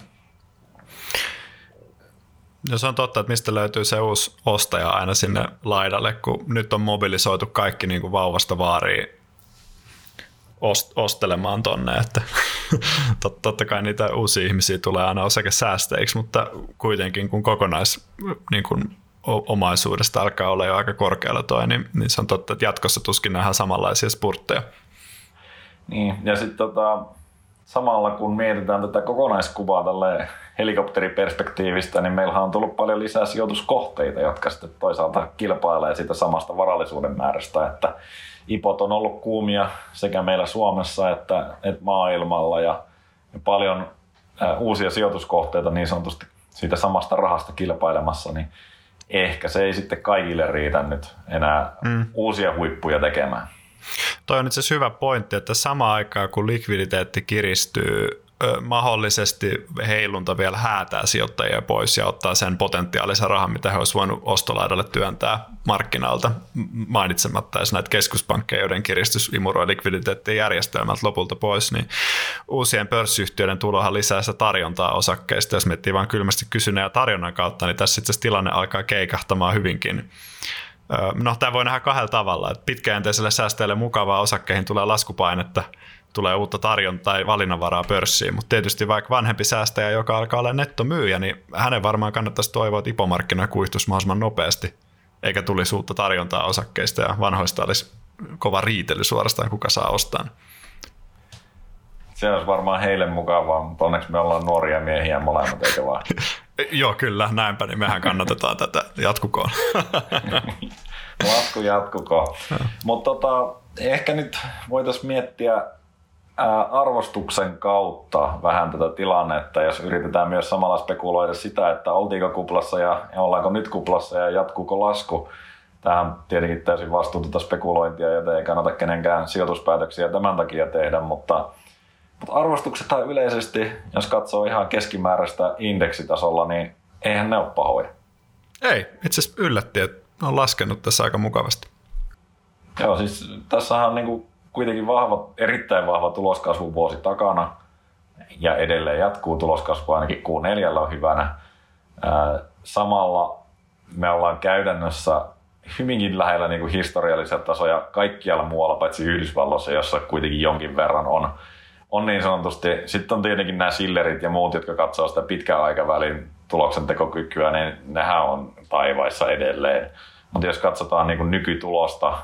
Ja se on totta, että mistä löytyy se uusi ostaja aina sinne laidalle, kun nyt on mobilisoitu kaikki niin kuin vauvasta vaariin ost- ostelemaan tonne, että Tot, totta kai niitä uusia ihmisiä tulee aina osakesäästäjiksi, mutta kuitenkin kun kokonais niin kuin omaisuudesta alkaa olla jo aika korkealla toi, niin, niin se on totta, että jatkossa tuskin on ihan samanlaisia spurtteja. Niin, ja sitten tota, samalla kun mietitään tätä kokonaiskuvaa tälle helikopteriperspektiivistä, niin meillähän on tullut paljon lisää sijoituskohteita, jotka sitten toisaalta kilpailee siitä samasta varallisuuden määrästä, että I POt on ollut kuumia sekä meillä Suomessa että, että maailmalla ja, ja paljon ä, uusia sijoituskohteita niin sanotusti siitä samasta rahasta kilpailemassa, niin ehkä se ei sitten kaikille riitä nyt enää mm. uusia huippuja tekemään. Toi on itse asiassa hyvä pointti, että samaan aikaan kun likviditeetti kiristyy, mahdollisesti heilunta vielä häätää sijoittajia pois ja ottaa sen potentiaalisen rahan, mitä he olisivat voineet ostolaidalle työntää markkinalta, mainitsematta jos näitä keskuspankkeja, joiden kiristys imuroi likviditeettiä järjestelmältä lopulta pois, niin uusien pörssiyhtiöiden tulohan lisää sitä tarjontaa osakkeista. Jos miettii vain kylmästi kysynnän ja tarjonnan kautta, niin tässä itse asiassa tilanne alkaa keikahtamaan hyvinkin. No, tämä voi nähdä kahdella tavalla, että pitkäjänteiselle säästäjälle mukavaa osakkeihin tulee laskupainetta, tulee uutta tarjontaa tai valinnanvaraa pörssiin, mutta tietysti vaikka vanhempi säästäjä, joka alkaa olla nettomyyjä, niin hänen varmaan kannattaisi toivoa, että I P O-markkina kuihtuisi mahdollisimman nopeasti, eikä tulisi uutta tarjontaa osakkeista ja vanhoista olisi kova riitely suorastaan, kuka saa ostaa. Se olisi varmaan heille mukavaa, mutta onneksi me ollaan nuoria miehiä molemmat, eikä vaan. Joo, kyllä, näinpä, niin mehän kannatetaan tätä. Jatkukoon. Lasku jatkukoon. Mutta tota, ehkä nyt voitaisiin miettiä ää, arvostuksen kautta vähän tätä tilannetta, jos yritetään myös samalla spekuloida sitä, että oltiinko kuplassa ja, ja ollaanko nyt kuplassa ja jatkuuko lasku. Tämähän on tietenkin täysin vastuutonta spekulointia, joten ei kannata kenenkään sijoituspäätöksiä tämän takia tehdä, mutta Mutta arvostuksethan yleisesti, jos katsoo ihan keskimääräistä indeksitasolla, niin eihän ne ole pahoja. Ei, itse asiassa yllätti, että on laskenut tässä aika mukavasti. Joo, siis tässähän on niinku kuitenkin vahva, erittäin vahva tuloskasvuvuosi takana ja edelleen jatkuu tuloskasvu ainakin Q neljä on hyvänä. Samalla me ollaan käytännössä hyvinkin lähellä niin kuin historiallisia tasoja kaikkialla muualla, paitsi Yhdysvalloissa, jossa kuitenkin jonkin verran on, on niin sanotusti. Sitten on tietenkin nämä sillerit ja muut, jotka katsoo sitä pitkän aikavälin tuloksentekokykyä, niin nehän on taivaissa edelleen. Mutta jos katsotaan niin kuin nykytulosta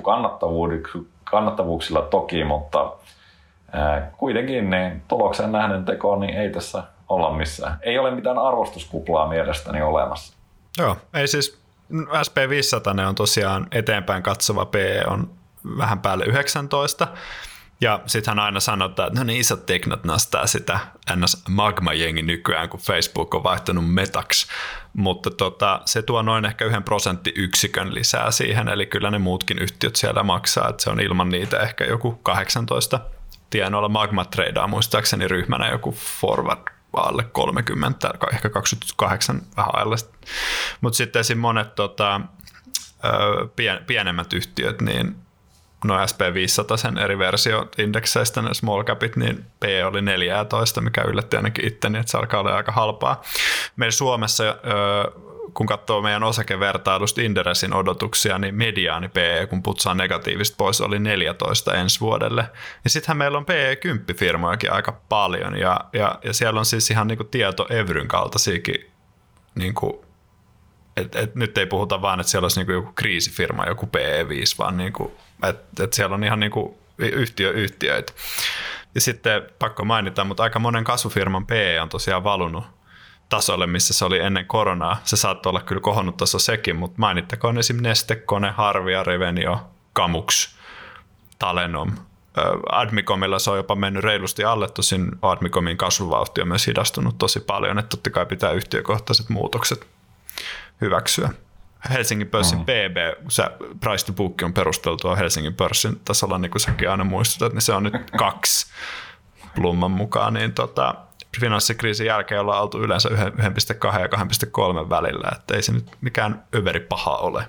huippukannattavuuksilla toki, mutta ää, kuitenkin niin tuloksen nähden tekoon niin ei tässä olla missään. Ei ole mitään arvostuskuplaa mielestäni olemassa. Joo, ei siis S P viisisataa on tosiaan eteenpäin katsova P E on vähän päälle yhdeksäntoista. Ja sittenhän aina sanotaan, että no niin isot teknot nostaa sitä N S-magma-jengi nykyään, kun Facebook on vaihtanut metaksi. Mutta tota, se tuo noin ehkä yhden prosenttiyksikön lisää siihen, eli kyllä ne muutkin yhtiöt siellä maksaa, että se on ilman niitä ehkä joku kahdeksantoista. Tienoilla Magma treidaa muistaakseni ryhmänä joku forward alle kolmekymmentä, ehkä kaksikymmentäkahdeksan vähän alle. Mutta sitten esim. Monet tota, pien, pienemmät yhtiöt, niin no S P viisisataa sen eri versiot indekseistä, ne small capit, niin P E oli neljätoista, mikä yllätti ainakin itteni, että se alkaa olla aika halpaa. Meillä Suomessa, kun katsoo meidän osakevertailusta Inderesin odotuksia, niin mediaani P E, kun putsaa negatiivista pois, oli neljätoista ensi vuodelle. Ja sittenhän meillä on P E kymmenen firmojakin aika paljon, ja, ja, ja siellä on siis ihan niin kuin tieto Evryn kaltaisiakin, niin kuin, et, et nyt ei puhuta vaan, että siellä olisi niin kuin joku kriisifirma, joku P E viisi, vaan niin kuin, että et siellä on ihan niin kuin yhtiö, yhtiöitä. Ja sitten pakko mainita, mutta aika monen kasvufirman P E on tosiaan valunut tasolle, missä se oli ennen koronaa. Se saattoi olla kyllä kohonnut taso sekin, mutta mainittakoon esim. Neste, Kone, Harvia, Revenio, Kamux, Talenom. Admicomilla se on jopa mennyt reilusti alle, tosin Admicomin kasvuvauhti on myös hidastunut tosi paljon, että totta kai pitää yhtiökohtaiset muutokset hyväksyä. Helsingin pörssin mm. P B, se price to book on perusteltua Helsingin pörssin tasolla, niin kuin säkin aina muistutat, niin se on nyt kaksi Plumman mukaan, niin tota, finanssikriisin jälkeen ollaan oltu yleensä yksi pilkku kaksi ja kaksi pilkku kolme välillä, että ei se nyt mikään överi paha ole.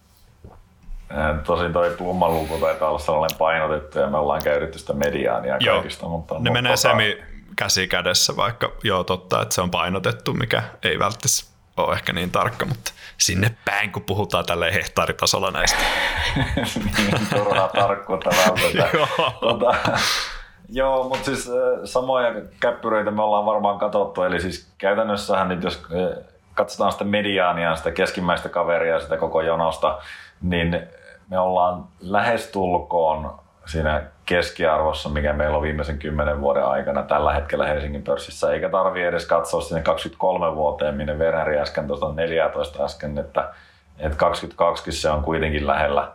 Tosin toi Plumman luku taitaa olla sellainen painotettu ja me ollaan käytetty sitä mediaania kaikista. Mutta, ne mutta menee tota... semi käsi kädessä, vaikka joo totta, että se on painotettu, mikä ei välttämättä ole ehkä niin tarkka, mutta sinne päin, kun puhutaan tälleen hehtaaritasolla näistä. Niin, turhaa tarkkuutta vältetään. tota, Joo, mutta siis samoja käppyröitä me ollaan varmaan katsottu, eli siis käytännössähän nyt jos katsotaan sitä mediaania, sitä keskimmäistä kaveria, sitä koko jonosta, niin me ollaan lähestulkoon siinä keskiarvossa, mikä meillä on viimeisen kymmenen vuoden aikana tällä hetkellä Helsingin pörssissä, eikä tarvitse edes katsoa sinne kaksikymmentäkolme vuoteen, minne Werneri äsken tuosta neljätoista äsken, että, että kaksikymmentäkaksi se on kuitenkin lähellä.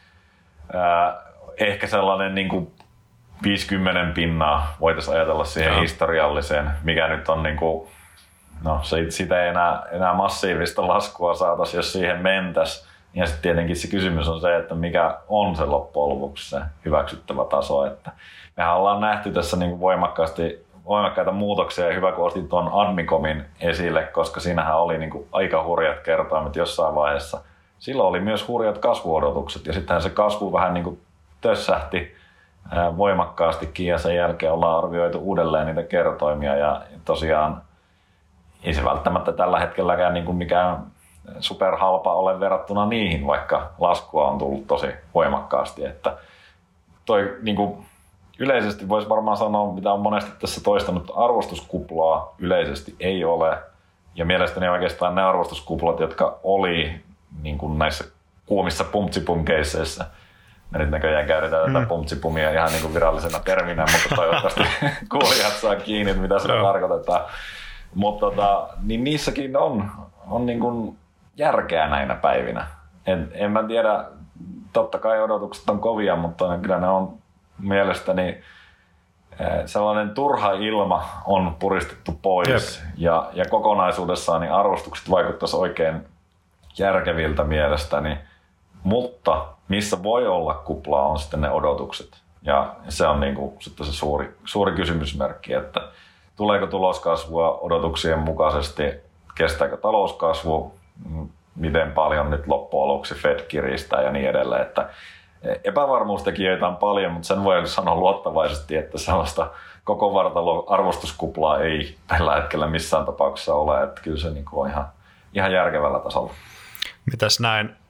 Ää, ehkä sellainen niin kuin viisikymmentä pinnaa voitaisiin ajatella siihen ja historialliseen, mikä nyt on niin kuin, no sitä ei enää, enää massiivista laskua saataisiin, jos siihen mentäisiin. Ja sitten tietenkin se kysymys on se, että mikä on se loppujen lopuksi se hyväksyttävä taso. Että mehän ollaan nähty tässä niin kuin voimakkaasti, voimakkaita muutoksia ja hyvä kun ostit tuon Admicomin esille, koska siinähän oli niin kuin aika hurjat kertoimet jossain vaiheessa. Silloin oli myös hurjat kasvuodotukset ja sittenhän se kasvu vähän niin kuin tössähti voimakkaastikin ja sen jälkeen ollaan arvioitu uudelleen niitä kertoimia ja tosiaan ei se välttämättä tällä hetkelläkään niin kuin mikään superhalpa ole verrattuna niihin, vaikka laskua on tullut tosi voimakkaasti. Että toi, niin kuin yleisesti voisi varmaan sanoa, mitä on monesti tässä toistanut, arvostuskuplaa yleisesti ei ole. Ja mielestäni oikeastaan ne arvostuskuplat, jotka oli niin kuin näissä kuumissa pumtsipum-keisseissä, me nyt näköjään käytetään tätä mm. pumtsipumia ihan niin kuin virallisena terminä, mutta toivottavasti kuulijat saa kiinni, mitä se tarkoitetaan. Mutta tota, niin niissäkin on, on niin kuin järkeä näinä päivinä. En, en mä tiedä, totta kai odotukset on kovia, mutta kyllä ne on mielestäni sellainen turha ilma on puristettu pois. Ja, ja kokonaisuudessaan niin arvostukset vaikuttaisi oikein järkeviltä mielestäni. Mutta missä voi olla kuplaa on sitten ne odotukset. Ja se on niin kuin sitten se suuri, suuri kysymysmerkki, että tuleeko tuloskasvua odotuksien mukaisesti, kestääkö talouskasvu, miten paljon nyt loppujen lopuksi Fed kiristää ja niin edelleen. Että epävarmuustekijöitä on paljon, mutta sen voi sanoa luottavaisesti, että sellaista koko vartalon arvostuskuplaa ei tällä hetkellä missään tapauksessa ole. Että kyllä se niin kuin on ihan, ihan järkevällä tasolla. Mitäs näin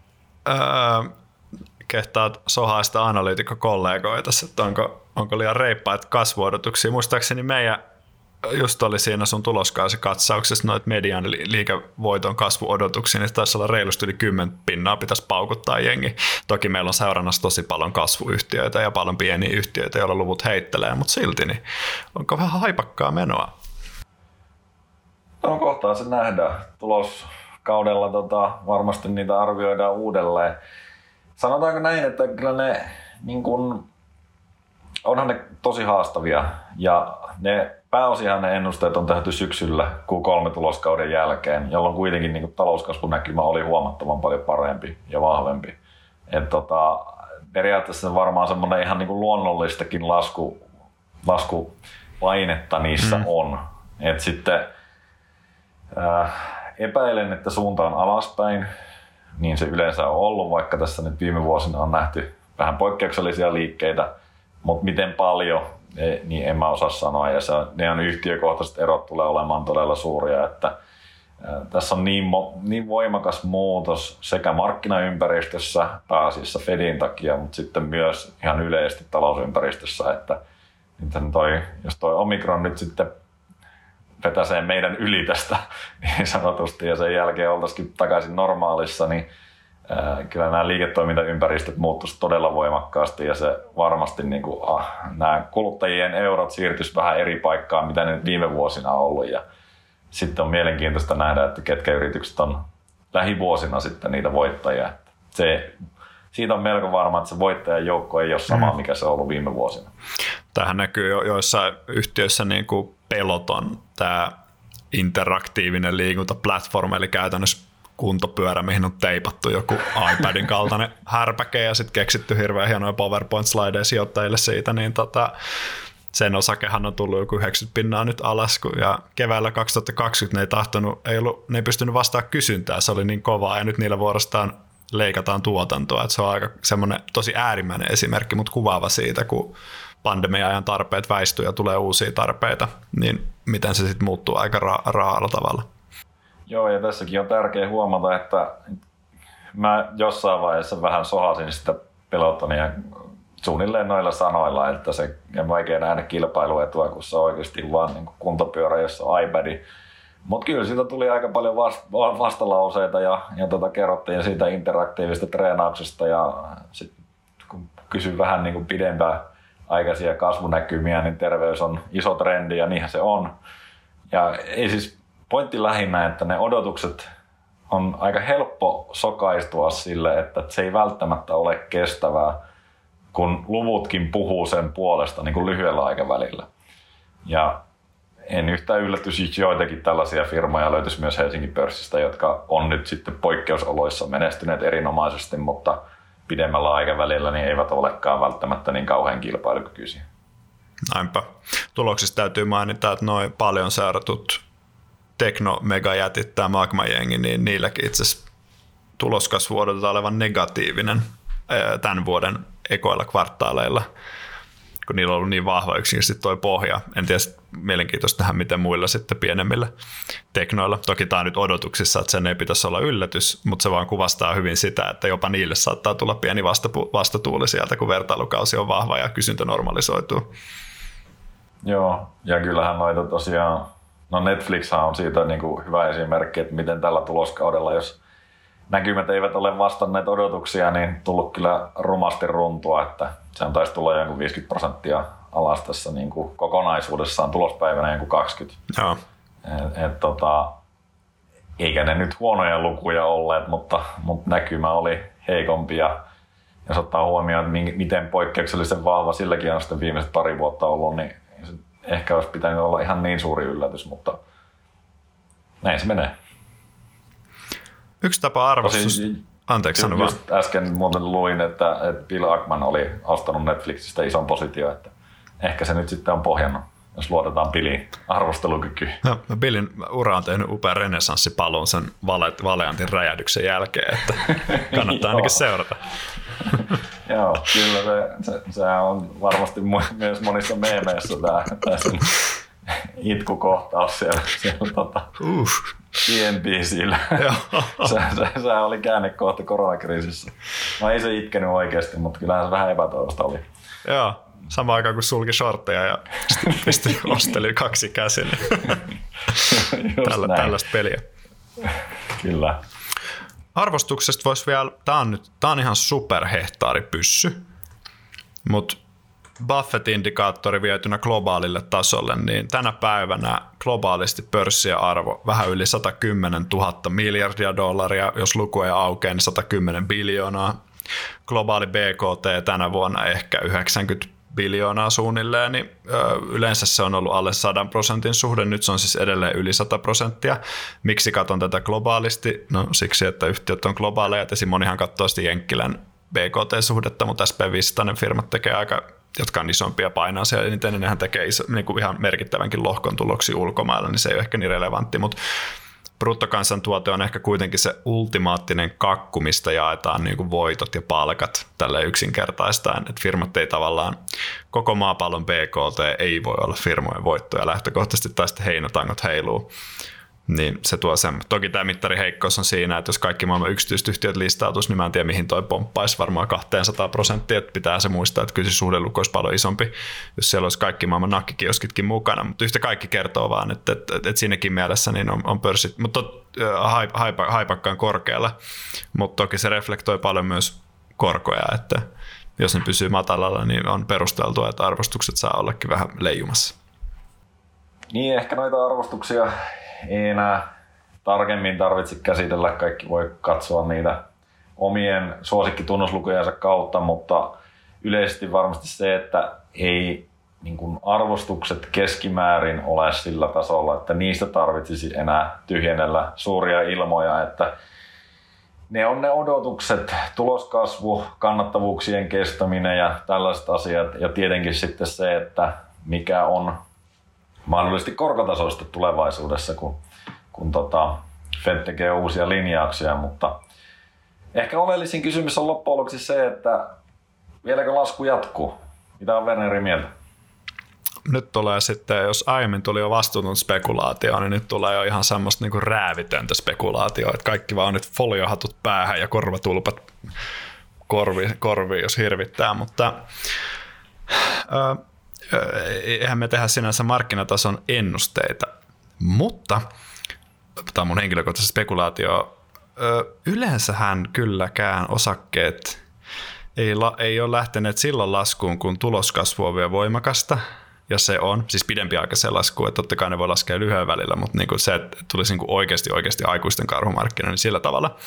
öö, kehtaat sohaista analyytikkokollegoita, että onko, onko liian reippaat kasvuodotuksia. Muistaakseni meidän just oli siinä sun tuloskausikatsauksessa noita median liikevoiton kasvuodotuksia, niin taisi olla reilusti yli kymmentä pinnaa pitäisi paukuttaa jengi. Toki meillä on seurannassa tosi paljon kasvuyhtiöitä ja paljon pieniä yhtiöitä, joilla luvut heittelee, mutta silti niin onko vähän haipakkaa menoa? No kohtaa se nähdään. Tuloskaudella tota, varmasti niitä arvioidaan uudelleen. Sanotaanko näin, että kyllä ne niin kun, onhan ne tosi haastavia ja ne pääosinhan ne ennusteet on tehty syksyllä Q kolme tuloskauden jälkeen, jolloin kuitenkin niin talouskasvunäkymä oli huomattavan paljon parempi ja vahvempi. Et tota, periaatteessa varmaan semmoinen ihan niin luonnollistakin lasku, laskupainetta niissä mm. on. Et sitten äh, epäilen, että suunta on alaspäin, niin se yleensä on ollut, vaikka tässä nyt viime vuosina on nähty vähän poikkeuksellisia liikkeitä, mutta miten paljon, niin en mä osaa sanoa, ja se, ne on yhtiökohtaiset erot tulee olemaan todella suuria, että ää, tässä on niin, niin voimakas muutos sekä markkinaympäristössä, pääasiassa Fedin takia, mutta sitten myös ihan yleisesti talousympäristössä, että, että toi, jos toi Omikron nyt sitten vetäsee meidän yli tästä niin sanotusti ja sen jälkeen oltaisikin takaisin normaalissa, niin ää, kyllä nämä liiketoimintaympäristöt muuttuisivat todella voimakkaasti ja se varmasti niin kuin, ah, nämä kuluttajien eurot siirtyisivät vähän eri paikkaan, mitä ne viime vuosina on ollut. Ja sitten on mielenkiintoista nähdä, että ketkä yritykset on lähivuosina sitten niitä voittajia. Se, siitä on melko varma, että se voittajan joukko ei ole sama, mikä se on ollut viime vuosina. Tämähän näkyy jo joissain yhtiöissä niin kuin Peloton, tämä interaktiivinen liikuntaplatform, eli käytännössä kuntopyörä, mihin on teipattu joku iPadin kaltainen härpäke ja sitten keksitty hirveän hienoja PowerPoint-slideja sijoittajille siitä, niin tota, sen osakehan on tullut joku yhdeksänkymmentä pinnaa nyt alas, ja keväällä kaksituhattakaksikymmentä ne ei, tahtonut, ei, ollut, ne ei pystynyt vastaamaan kysyntää, se oli niin kovaa, ja nyt niillä vuorostaan leikataan tuotantoa, että se on aika semmoinen tosi äärimmäinen esimerkki, mutta kuvaava siitä, kun pandemia-ajan tarpeet väistyy ja tulee uusia tarpeita, niin miten se sitten muuttuu aika ra- raalla tavalla. Joo, ja tässäkin on tärkeää huomata, että mä jossain vaiheessa vähän sohasin sitä Pelotonia suunnilleen noilla sanoilla, että se on vaikea nähdä kilpailuetua, kun se on oikeasti vaan niin kuin kuntopyörä, jossa on iPad. Mutta kyllä siitä tuli aika paljon vastalauseita ja, ja tota, kerrottiin siitä interaktiivisesta treenauksesta ja sit, kun kysyin vähän niin kuin pidempään aikaisia kasvunäkymiä, niin terveys on iso trendi ja niinhän se on. Ja ei siis pointti lähinnä, että ne odotukset on aika helppo sokaistua sille, että se ei välttämättä ole kestävää, kun luvutkin puhuu sen puolesta niin kuin lyhyellä aikavälillä. Ja en yhtään yllätys, jos joitakin tällaisia firmoja löytyisi myös Helsingin pörssistä, jotka on nyt sitten poikkeusoloissa menestyneet erinomaisesti, mutta pidemmällä aikavälillä niin eivät olekaan välttämättä niin kauhean kilpailukykyisiä. Näinpä. Tuloksista täytyy mainita, että noin paljon seuratut teknomegajätit, tämä Magma-jengi, niin niilläkin itse asiassa tuloskasvu odotetaan olevan negatiivinen tämän vuoden ekoilla kvartaaleilla, kun niillä on ollut niin vahva yksinkertaisesti toi pohja. En tiedä, mielenkiintoista nähdä, miten muilla sitten pienemmillä teknoilla. Toki tämä on nyt odotuksissa, että sen ei pitäisi olla yllätys, mutta se vaan kuvastaa hyvin sitä, että jopa niille saattaa tulla pieni vastapu- vastatuuli sieltä, kun vertailukausi on vahva ja kysyntä normalisoituu. Joo, ja kyllähän noita tosiaan, no Netflix on siitä niin kuin hyvä esimerkki, että miten tällä tuloskaudella, jos näkymät eivät ole vastanneet odotuksia, niin tullut kyllä rumasti runtua, että sehän taisi tulla jonkun viisikymmentä prosenttia alas tässä niin kuin kokonaisuudessaan tulospäivänä jonkun kaksikymmentä. Joo. Et, et, tota, eikä ne nyt huonoja lukuja olleet, mutta, mutta näkymä oli heikompi ja jos ottaa huomioon, että miten poikkeuksellisen vahva silläkin on sitten viimeiset pari vuotta ollut, niin ehkä olisi pitänyt olla ihan niin suuri yllätys, mutta näin se menee. Yksi tapa arvostus. Anteeksi, sano vaan. Äsken muuten luin, että, että Bill Ackman oli ostanut Netflixistä ison positio, että ehkä se nyt sitten on pohjannut, jos luotetaan Billin arvostelukykyyn. No, Billin ura on tehnyt upean renessanssipalun sen vale, Valeantin räjähdyksen jälkeen, että kannattaa ainakin seurata. Joo, kyllä se, se, se on varmasti myös monissa meemeissä tämä, tämä itkukohtaus siellä, siellä tota, uh. C N B C:llä. se, se, se oli käännekohta koronakriisissä. Mä en itse itkenyt oikeasti, mutta kyllähän se vähän epätoivosta oli. Joo, samaan aikaan kun sulki shortteja ja pisti osteli kaksi käsin. Tällä, tällaista peliä. Kyllä. Arvostuksesta voisi vielä, tää on, nyt, tää on ihan superhehtaaripyssy, mutta Buffett-indikaattori vietynä globaalille tasolle, niin tänä päivänä globaalisti pörssien arvo vähän yli sata kymmenen tuhatta miljardia dollaria, jos luku ei aukea, niin sata kymmenen biljoonaa. Globaali B K T tänä vuonna ehkä yhdeksänkymmentä biljoonaa suunnilleen, niin ö, yleensä se on ollut alle sadan prosentin suhde, nyt se on siis edelleen yli sata prosenttia. Miksi katson tätä globaalisti? No siksi, että yhtiöt on globaaleja, että monihan katsoo sitten Jenkkilän B K T-suhdetta, mutta S P viisisataa firmat tekee aika, jotka on isompia painaa siellä, niin nehän tekee iso, niin kuin ihan merkittävänkin lohkon tuloksia ulkomailla, niin se ei ole ehkä niin relevantti, mutta bruttokansantuote on ehkä kuitenkin se ultimaattinen kakku, mistä jaetaan niin kuin voitot ja palkat tälle yksinkertaistaan, että firmat ei tavallaan, koko maapallon B K T ei voi olla firmojen voittoja lähtökohtaisesti, tai sitten heinätangot heiluu. Niin se tuo sen. Toki tämä mittari heikkous on siinä, että jos kaikki maailman yksityiset yhtiöt listautuisi, niin mä en tiedä mihin toi pomppaisi varmaan kaksisataa prosenttia, että pitää se muistaa, että kyllä se suhdeluku olisi paljon isompi, jos siellä olisi kaikki maailman nakkikioskitkin mukana, mutta yhtä kaikki kertoo vaan, että, että, että, että siinäkin mielessä niin on, on pörssit, mutta haipakka on korkealla, mutta toki se reflektoi paljon myös korkoja, että jos ne pysyy matalalla, niin on perusteltua, että arvostukset saa ollakin vähän leijumassa. Niin, ehkä noita arvostuksia ei enää tarkemmin tarvitse käsitellä, kaikki voi katsoa niitä omien suosikkitunnuslukujensa kautta, mutta yleisesti varmasti se, että ei niin kuin arvostukset keskimäärin ole sillä tasolla, että niistä tarvitsisi enää tyhjennellä suuria ilmoja, että ne on ne odotukset, tuloskasvu, kannattavuuksien kestäminen ja tällaiset asiat ja tietenkin sitten se, että mikä on mahdollisesti korkotasoista tulevaisuudessa, kun, kun tota Fed tekee uusia linjauksia, mutta ehkä oleellisin kysymys on loppujen lopuksi se, että vieläkö lasku jatkuu? Mitä on Wernerin mieltä? Nyt tulee sitten, jos aiemmin tuli jo vastuuton spekulaatio, niin nyt tulee jo ihan semmoista niinku räävitöntä spekulaatioa, että kaikki vaan on nyt foliohatut päähän ja korvatulpat korvi, korviin, jos hirvittää, mutta Ö, eihän me tehdä sinänsä markkinatason ennusteita, mutta tämä on mun henkilökohtainen spekulaatio. Yleensähän kylläkään osakkeet ei, la, ei ole lähteneet silloin laskuun, kun tuloskasvu on vielä voimakasta, ja se on, siis pidempiaikaisen laskuun, että totta kai ne voi laskea lyhyen välillä, mutta niin kuin se, että tulisi niin kuin oikeasti, oikeasti aikuisten karhumarkkina, niin sillä tavalla.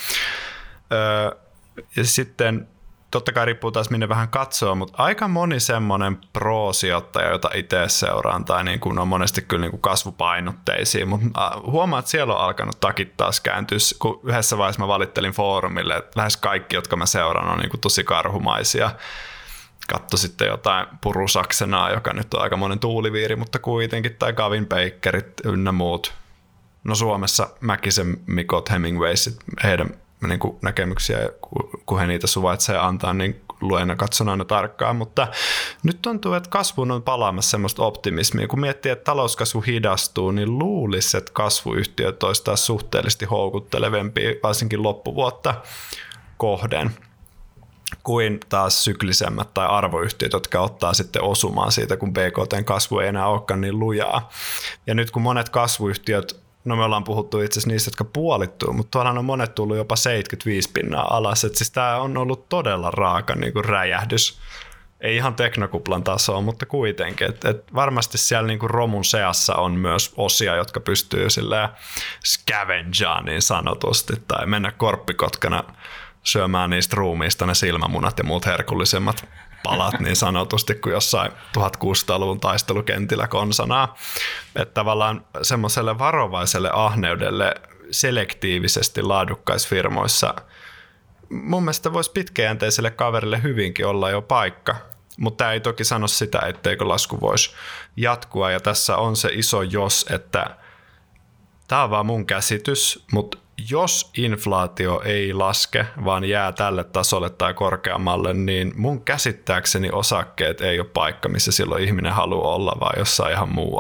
Ja sitten totta kai riippuu taas minne vähän katsoo, mutta aika moni semmoinen pro-sijoittaja, jota itse seuraan, tai niin kuin on monesti kyllä niin kuin kasvupainotteisia, mutta huomaa, että siellä on alkanut takit taas kääntyä, kun yhdessä vaiheessa mä valittelin foorumille, että lähes kaikki, jotka mä seuraan, on niin kuin tosi karhumaisia. Katso sitten jotain Puru Saksenaa, joka nyt on aika monen tuuliviiri, mutta kuitenkin, tai Gavin Bakerit ynnä muut. No Suomessa Mäkisen Mikot, Hemingwaysit, heidän niin kuin näkemyksiä, kun he niitä suvaitsee antaa, niin luen ja katson aina tarkkaan, mutta nyt tuntuu, että kasvuun on palaamassa semmoista optimismia. Kun miettii, että talouskasvu hidastuu, niin luulisi, että kasvuyhtiöt olisi taas suhteellisesti houkuttelevempia, varsinkin loppuvuotta kohden, kuin taas syklisemmät tai arvoyhtiöt, jotka ottaa sitten osumaan siitä, kun B K T:n kasvu ei enää olekaan niin lujaa. Ja nyt kun monet kasvuyhtiöt, no me ollaan puhuttu itse asiassa niistä, jotka puolittuu, mutta tuollahan on monet tullut jopa seitsemänkymmentäviisi pinnaa alas. Että siis tämä on ollut todella raaka niin kuin räjähdys. Ei ihan teknokuplan tasoa, mutta kuitenkin. Et, et varmasti siellä niin kuin romun seassa on myös osia, jotka pystyy silleen scavengeaan niin sanotusti, tai mennä korppikotkana syömään niistä ruumiista ne silmämunat ja muut herkullisemmat palat niin sanotusti kuin jossain tuhatkuusisataaluvun taistelukentillä konsanaa. Että tavallaan semmoiselle varovaiselle ahneudelle selektiivisesti laadukkaissa firmoissa mun mielestä voisi pitkäjänteiselle kaverille hyvinkin olla jo paikka, mutta tämä ei toki sano sitä, etteikö lasku voisi jatkua, ja tässä on se iso jos, että tämä on vaan mun käsitys, mutta jos inflaatio ei laske, vaan jää tälle tasolle tai korkeammalle, niin mun käsittääkseni osakkeet ei ole paikka, missä silloin ihminen haluaa olla, vaan jossain ihan muualla.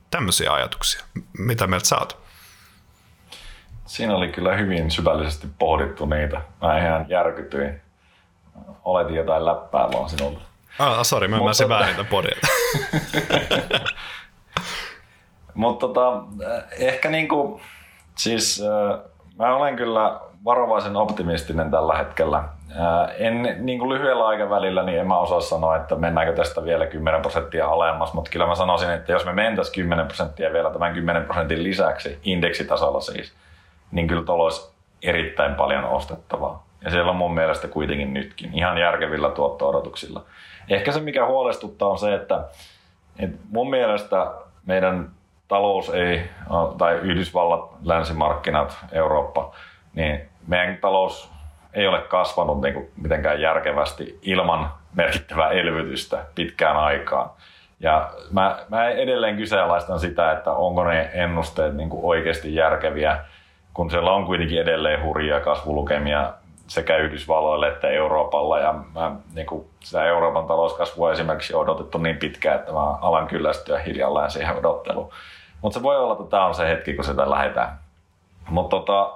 tämmöisiä ajatuksia. Mitä mieltä sä oot? Siinä oli kyllä hyvin syvällisesti pohdittu niitä. Mä ihan järkytyin. Oletin jotain läppää vaan sinulta. Ah, sori, mä ymmärsin väärin tämän podin. Mutta tota, ehkä niinku, siis mä olen kyllä varovaisen optimistinen tällä hetkellä. En niinku lyhyellä aikavälillä, niin en mä osaa sanoa, että mennäänkö tästä vielä kymmenen prosenttia alemmas, mutta kyllä mä sanoisin, että jos me mentäisiin kymmenen prosenttia vielä tämän kymmenen prosentin lisäksi, indeksitasolla siis, niin kyllä tuolla olisi erittäin paljon ostettavaa. Ja siellä on mun mielestä kuitenkin nytkin, ihan järkevillä tuotto-odotuksilla. Ehkä se, mikä huolestuttaa, on se, että, että mun mielestä meidän talous ei, tai Yhdysvallat, länsimarkkinat, Eurooppa, niin meidän talous ei ole kasvanut niin kuin mitenkään järkevästi ilman merkittävää elvytystä pitkään aikaan. Ja mä, mä edelleen kyseenalaistan sitä, että onko ne ennusteet niin kuin oikeasti järkeviä, kun siellä on kuitenkin edelleen hurjia kasvulukemia sekä Yhdysvalloille että Euroopalla. Ja mä, niin kuin sitä Euroopan talouskasvua esimerkiksi on odotettu niin pitkään, että mä alan kyllästyä hiljalleen siihen odotteluun. Mutta se voi olla, että tämä on se hetki, kun sitä lähdetään. Mutta tota,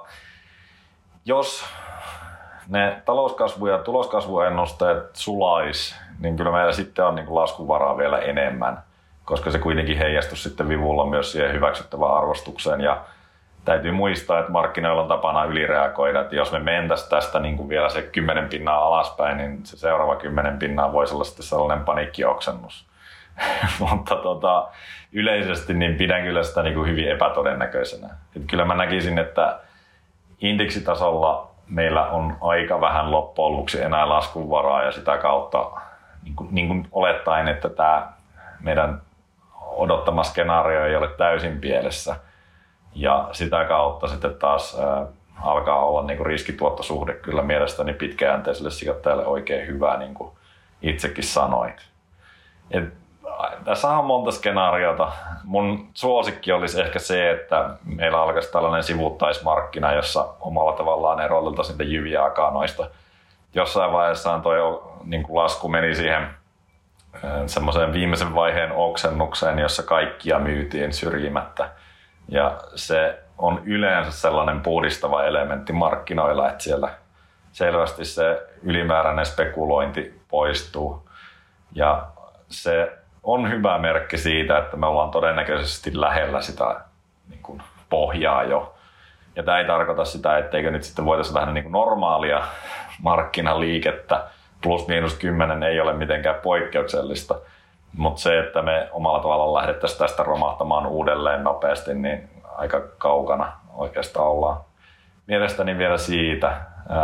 jos ne talouskasvu- ja tuloskasvuennusteet sulais, niin kyllä meillä sitten on niin kuin laskuvaraa vielä enemmän, koska se kuitenkin heijastus sitten vivulla myös siihen hyväksyttävään arvostukseen. Ja täytyy muistaa, että markkinoilla on tapana ylireagoida, että jos me mentäisiin tästä niin kuin vielä se kymmenen pinnaa alaspäin, niin se seuraava kymmenen pinnaa voisi olla sitten sellainen paniikkioksennus. Mutta tota, yleisesti niin pidän kyllä sitä niin kuin hyvin epätodennäköisenä. Et kyllä mä näkisin, että indeksitasolla meillä on aika vähän loppujen lopuksi enää laskunvaraa ja sitä kautta niin kuin, niin kuin olettaen, että tämä meidän odottama skenaario ei ole täysin pielessä. Ja sitä kautta sitten taas ää, alkaa olla niin kuin riskituottosuhde kyllä mielestäni pitkäjänteiselle sijoittajalle oikein hyvä, niin kuin itsekin sanoit. Et, tässä on monta skenaariota. Mun suosikki olisi ehkä se, että meillä alkaisi tällainen sivuuttaismarkkina, jossa omalla tavallaan eroiltaisiin niitä jyviä akanoista. Jossain vaiheessa tuo niin kuin lasku meni siihen semmoiseen viimeisen vaiheen oksennukseen, jossa kaikkia myytiin syrjimättä. Ja se on yleensä sellainen puhdistava elementti markkinoilla, että siellä selvästi se ylimääräinen spekulointi poistuu. Ja se on hyvä merkki siitä, että me ollaan todennäköisesti lähellä sitä niin kuin pohjaa jo. Ja tämä ei tarkoita sitä, etteikö nyt sitten voitaisiin tehdä niin kuin normaalia markkinaliikettä. Plus miinus kymmenen ei ole mitenkään poikkeuksellista. Mutta se, että me omalla tavalla lähdettäisiin tästä romahtamaan uudelleen nopeasti, niin aika kaukana oikeastaan ollaan. Mielestäni vielä siitä.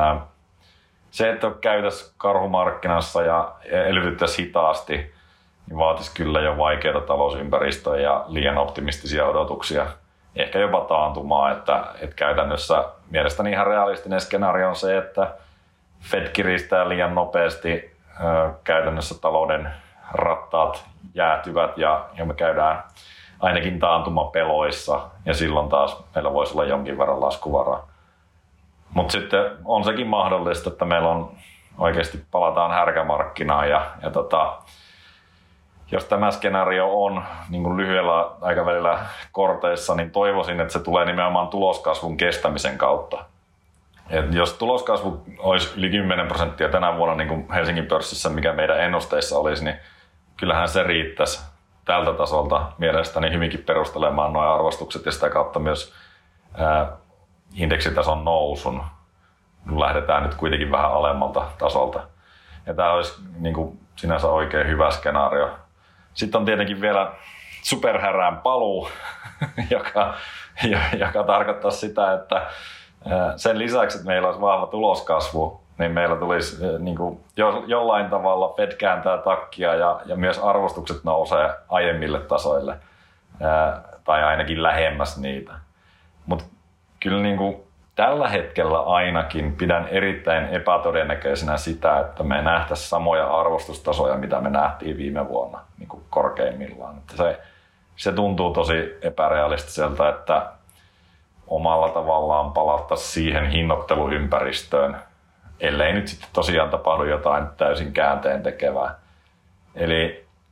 Se, että käytäisiin karhumarkkinassa ja elvytettäisiin hitaasti, niin vaatisi kyllä jo vaikeaa talousympäristöä ja liian optimistisia odotuksia. Ehkä jopa taantumaa, että, että käytännössä mielestäni ihan realistinen skenaario on se, että Fed kiristää liian nopeasti, käytännössä talouden rattaat jäätyvät ja, ja me käydään ainakin taantumapeloissa ja silloin taas meillä voisi olla jonkin verran laskuvaraa. Mutta sitten on sekin mahdollista, että meillä on oikeasti palataan härkämarkkinaan ja, ja tota, jos tämä skenaario on niin kuin lyhyellä aikavälillä korteissa, niin toivoisin, että se tulee nimenomaan tuloskasvun kestämisen kautta. Et jos tuloskasvu olisi yli kymmenen prosenttia tänä vuonna niin kuin Helsingin pörssissä, mikä meidän ennusteissa olisi, niin kyllähän se riittäisi tältä tasolta mielestäni hyvinkin perustelemaan nuo arvostukset ja sitä kautta myös ää, indeksitason nousun. Lähdetään nyt kuitenkin vähän alemmalta tasolta. Ja tämä olisi niin kuin sinänsä oikein hyvä skenaario. Sitten on tietenkin vielä superhärään paluu, joka, joka tarkoittaa sitä, että sen lisäksi, että meillä olisi vahva tuloskasvu, niin meillä tulisi niin kuin jo, jollain tavalla Fed kääntää takkia ja, ja myös arvostukset nousee aiemmille tasoille ää, tai ainakin lähemmäs niitä. Mutta kyllä niin kuin tällä hetkellä ainakin pidän erittäin epätodennäköisenä sitä, että me nähtäisiin samoja arvostustasoja, mitä me nähtiin viime vuonna niin kuin korkeimmillaan. Että se, se tuntuu tosi epärealistiselta, että omalla tavallaan palattaisiin siihen hinnoitteluympäristöön, ellei nyt sitten tosiaan tapahdu jotain täysin käänteen tekevää. Eli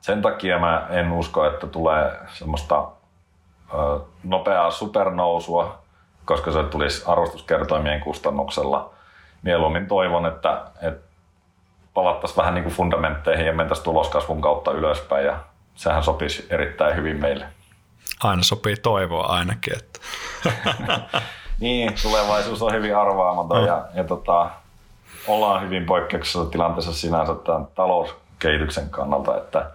sen takia mä en usko, että tulee semmoista ö, nopeaa supernousua, koska se tulisi arvostuskertoimien kustannuksella. Mieluummin toivon, että, että palattaisiin vähän niin kuin fundamentteihin ja mentäisiin tuloskasvun kautta ylöspäin ja sehän sopisi erittäin hyvin meille. Aina sopii toivoa ainakin. Että. Niin, tulevaisuus on hyvin arvaamaton no. ja, ja tota, ollaan hyvin poikkeuksellisessa tilanteessa sinänsä tämän talouskehityksen kannalta, että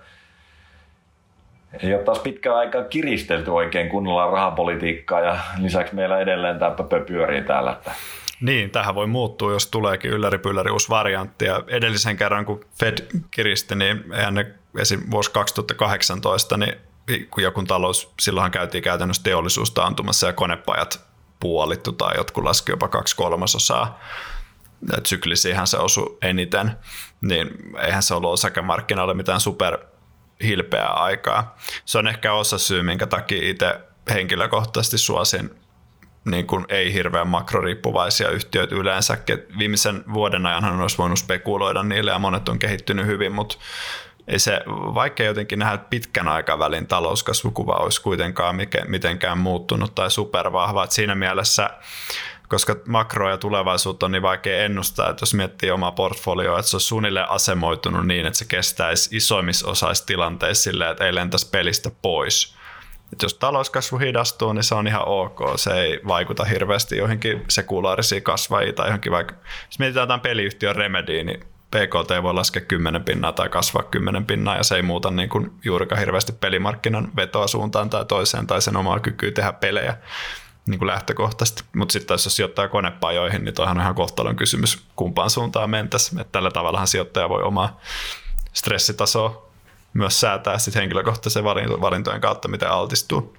ei ole taas pitkään aikaa kiristelty oikein kunnolla rahapolitiikkaa ja lisäksi meillä edelleen tämä pöpö pyörii täällä. Että niin, tähän voi muuttua, jos tuleekin ylläri-pylläri uusi variantti. Ja edellisen kerran, kun Fed kiristi, niin eihän ne esim. Vuosi kaksituhattakahdeksantoista, niin kun joku talous, silloinhan käytiin käytännössä teollisuus taantumassa ja konepajat puolittu tai jotkut laski jopa kaksi kolmasosaa. Syklisiinhän se osui eniten, niin eihän se ollut osakemarkkinoille mitään super hilpeää aikaa. Se on ehkä osa syy, minkä takia itse henkilökohtaisesti suosin niin kuin ei hirveän makroriippuvaisia yhtiöitä yleensäkin. Viimeisen vuoden ajanhan olisi voinut spekuloida niille ja monet on kehittynyt hyvin, mutta ei se vaikea jotenkin nähdä, että pitkän aikavälin talouskasvukuva olisi kuitenkaan mitenkään muuttunut tai supervahva. Että siinä mielessä, koska makro ja tulevaisuutta on niin vaikea ennustaa, että jos miettii omaa portfolioa, että se on suunnilleen asemoitunut niin, että se kestäisi isoimmissa osaissa tilanteissa silleen, että ei lentäisi pelistä pois. Et jos talouskasvu hidastuu, niin se on ihan ok. Se ei vaikuta hirveästi joihinkin sekulaarisiin kasvajiin tai johonkin vaikka, jos mietitään jotain peliyhtiön Remedyin, niin P K T voi laskea kymmenen pinnaa tai kasvaa kymmenen pinnaa ja se ei muuta niin kuin juurikaan hirveästi pelimarkkinan vetoa suuntaan tai toiseen tai sen omaa kykyä tehdä pelejä niin kuin lähtökohtaisesti. Mutta sitten jos sijoittaa konepajoihin, niin toihan on ihan kohtalon kysymys, kumpaan suuntaan mentäisiin. Et tällä tavallahan sijoittaja voi omaa stressitasoa myös säätää sit henkilökohtaisen valintojen kautta, miten altistuu.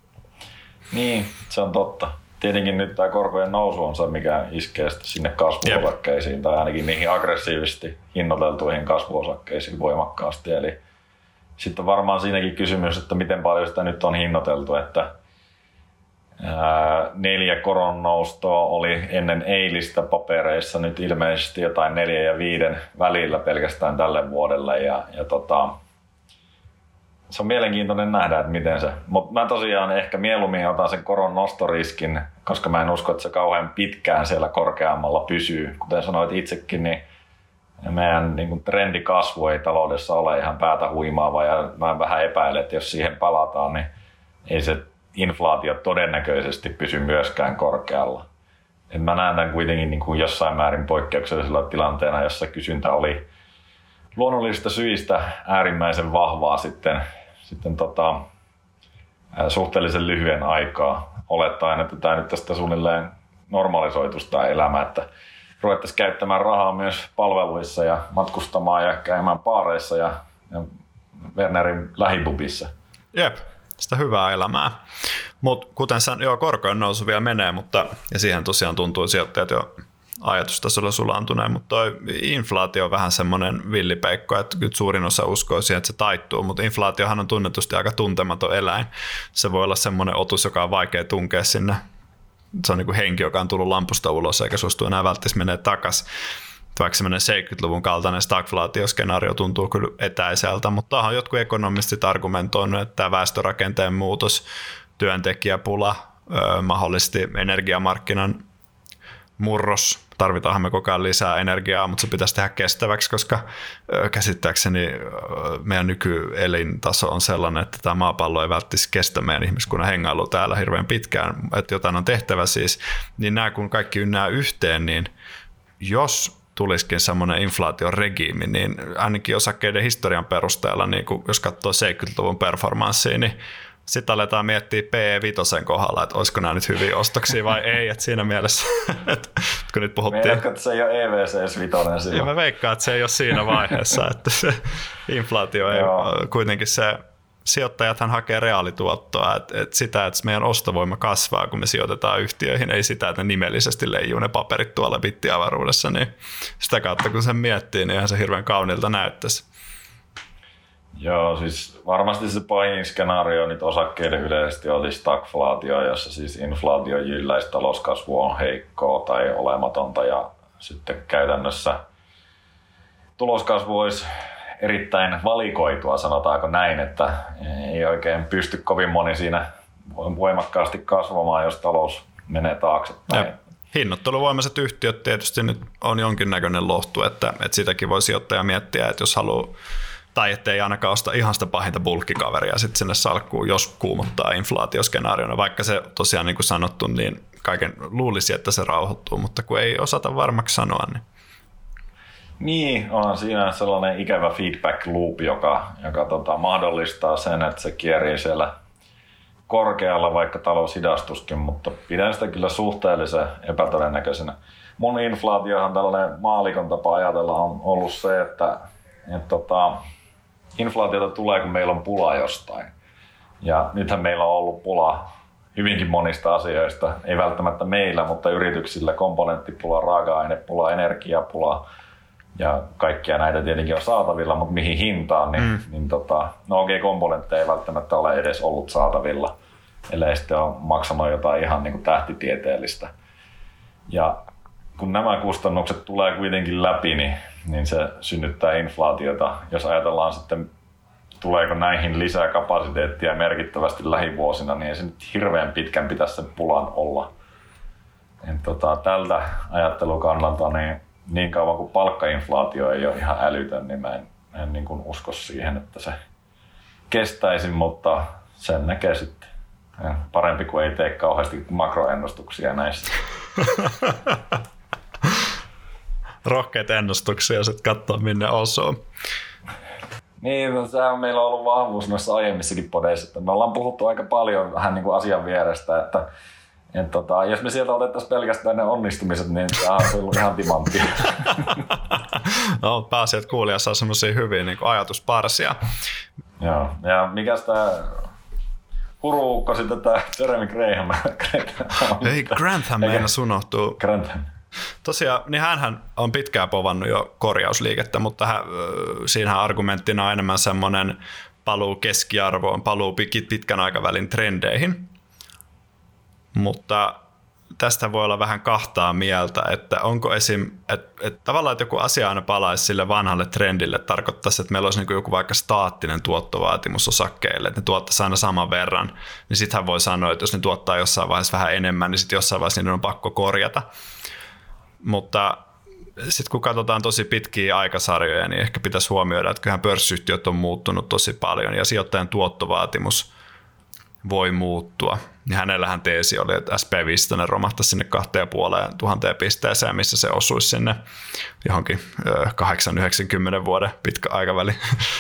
Niin, se on totta. Tietenkin nyt tämä korkojen nousu on se, mikä iskee sinne kasvuosakkeisiin Jep. tai ainakin niihin aggressiivisesti hinnoiteltuihin kasvuosakkeisiin voimakkaasti. Eli sitten varmaan siinäkin kysymys, että miten paljon sitä nyt on hinnoiteltu, että ää, neljä koron noustoa oli ennen eilistä papereissa nyt ilmeisesti jotain neljä ja viiden välillä pelkästään tälle vuodelle ja, ja tota, se on mielenkiintoinen nähdä, että miten se. Mutta mä tosiaan ehkä mieluummin otan sen koron nostoriskin, koska mä en usko, että se kauhean pitkään siellä korkeammalla pysyy. Kuten sanoit itsekin, niin meidän niin kuin trendikasvu ei taloudessa ole ihan päätä huimaava ja mä vähän epäilen, että jos siihen palataan, niin ei se inflaatio todennäköisesti pysy myöskään korkealla. Et mä näen tämän kuitenkin niin kuin jossain määrin poikkeuksellisella tilanteena, jossa kysyntä oli luonnollisista syistä äärimmäisen vahvaa sitten, sitten tota, suhteellisen lyhyen aikaa. Olettaen, että tämä nyt tästä suunnilleen normalisoitusta tämä elämä, että ruvettaisiin käyttämään rahaa myös palveluissa ja matkustamaan ja käymään baareissa ja, ja Wernerin lähipubissa. Jep, sitä hyvää elämää. Mutta kuten sanoin, joo, korkojen nousu vielä menee, mutta ja siihen tosiaan tuntuu sijoittajat jo ajatustasolla sulaantuneen, mutta toi inflaatio on vähän semmoinen villipeikko, että nyt suurin osa uskoo siihen, että se taittuu, mutta inflaatiohan on tunnetusti aika tuntematon eläin. Se voi olla semmoinen otus, joka on vaikea tunkea sinne. Se on niin kuin henki, joka on tullut lampusta ulos eikä suostu enää välttämättä menee takaisin. Vaikka semmoinen seitsemänkymmentäluvun kaltainen stagflaatioskenaario tuntuu kyllä etäiseltä, mutta tähän on jotkut ekonomistit argumentoinut, että tämä väestörakenteen muutos, työntekijäpula, mahdollisesti energiamarkkinan murros, tarvitaanhan me koko ajan lisää energiaa, mutta se pitäisi tehdä kestäväksi, koska käsittääkseni meidän nykyelintaso on sellainen, että tämä maapallo ei välttämättä kestä meidän ihmiskunnan hengailu täällä hirveän pitkään, että jotain on tehtävä siis, niin nämä kun kaikki ynnää yhteen, niin jos tulisikin semmoinen inflaatioregiimi, niin ainakin osakkeiden historian perusteella, niin kun, jos katsoo seitsemänkymmentäluvun performanssia, niin sitten aletaan miettiä P E viisi kohdalla, että olisiko nämä nyt hyviä ostoksia vai ei, että siinä mielessä, että kun nyt puhuttiin. Meidätkö, että se ei ole E V C S viisi silloin? Ja mä veikkaan, että se ei ole siinä vaiheessa, että se inflaatio ei kuitenkin se, sijoittajathan hakee reaalituottoa, että, että sitä, että meidän ostovoima kasvaa, kun me sijoitetaan yhtiöihin, ei sitä, että nimellisesti leijuu ne paperit tuolla bittiavaruudessa, niin sitä kautta kun sen miettii, niin ihan se hirveän kauniilta näyttäisi. Joo, siis varmasti se pahin skenaario nyt osakkeiden yleisesti olisi stagflaatio, jossa siis inflaatio jylläisi, talouskasvu on heikkoa tai olematonta ja sitten käytännössä tuloskasvu olisi erittäin valikoitua, sanotaanko näin, että ei oikein pysty kovin moni siinä voimakkaasti kasvamaan, jos talous menee taaksepäin. Ja hinnoitteluvoimaiset yhtiöt tietysti nyt on jonkinnäköinen lohtu, että, että sitäkin voi sijoittaja miettiä, että jos haluaa, tai ettei ainakaan osta ihan sitä pahinta bulkkikaveria sitten sinne salkkuun, jos kuumottaa inflaatioskenaariona, vaikka se tosiaan niin kuin sanottu, niin kaiken luulisi, että se rauhoittuu, mutta kun ei osata varmaksi sanoa, niin Niin, on siinä sellainen ikävä feedback loop, joka, joka tota, mahdollistaa sen, että se kierii siellä korkealla, vaikka talous hidastuskin, mutta pidän sitä kyllä suhteellisen epätodennäköisenä. Mun inflaatiohan tällainen maalikon tapa ajatella on ollut se, että et, tota, inflaatiota tulee, kun meillä on pula jostain. Ja nythän meillä on ollut pula hyvinkin monista asioista, ei välttämättä meillä, mutta yrityksillä komponenttipula, raaka-ainepula, energiapula, ja kaikkia näitä tietenkin on saatavilla, mutta mihin hintaan, niin, mm. niin tota, no okei, okay, komponentteja ei välttämättä ole edes ollut saatavilla, ellei sitten ole maksanut jotain ihan niin kuin tähtitieteellistä. Ja kun nämä kustannukset tulee kuitenkin läpi, niin, niin se synnyttää inflaatiota. Jos ajatellaan sitten, tuleeko näihin lisää kapasiteettia merkittävästi lähivuosina, niin ei se nyt hirveän pitkän pitäisi sen pulan olla. Et tota, tältä ajattelukannalta, niin niin kauan kuin palkkainflaatio ei ole ihan älytön, niin mä en, en niin kuin usko siihen, että se kestäisi, mutta sen näkee sitten. Ja parempi kuin ei tee kauheasti makroennustuksia näissä. Rohkeita ennustuksia, sitten katsoa minne osuu. Niin, no, sehän on meillä ollut vahvuus noissa aiemmissakin podeissa, että me ollaan puhuttu aika paljon vähän niin kuin asian vierestä, että Et tota, jos me sieltä otettaisiin pelkästään ne onnistumiset, niin tämä on ollut ihan timanttia. No, pääsi, että kuulija saa semmoisia hyviä niin ajatusparsia. Joo, ja mikäs tämä huruukko sitten tämä Jeremy Graham? Ei, Grantham meinas unohtuu. Grantham. Tosiaan, niin hänhän on pitkään povannut jo korjausliikettä, mutta hän, siinähän argumenttina on enemmän semmoinen paluu keskiarvoon, paluu pitkän aikavälin trendeihin. Mutta tästä voi olla vähän kahtaa mieltä, että onko esim. Että, että tavallaan että joku asia aina palaisi sille vanhalle trendille, tarkoittaisi, että meillä olisi niin joku vaikka staattinen tuottovaatimus osakkeille, että ne tuottaisi aina saman verran, niin sittenhän voi sanoa, että jos ne tuottaa jossain vaiheessa vähän enemmän, niin sitten jossain vaiheessa niiden on pakko korjata. Mutta sitten kun katsotaan tosi pitkiä aikasarjoja, niin ehkä pitäisi huomioida, että kyllähän pörssiyhtiöt on muuttunut tosi paljon ja sijoittajan tuottovaatimus voi muuttua. Niin hänellähän teesi oli, että S and P viisisataa romahtaisi sinne kahteen puoleen tuhanteen pisteeseen, missä se osuisi sinne johonkin kahdeksan yhdeksänkymmentä vuoden pitkä aikaväli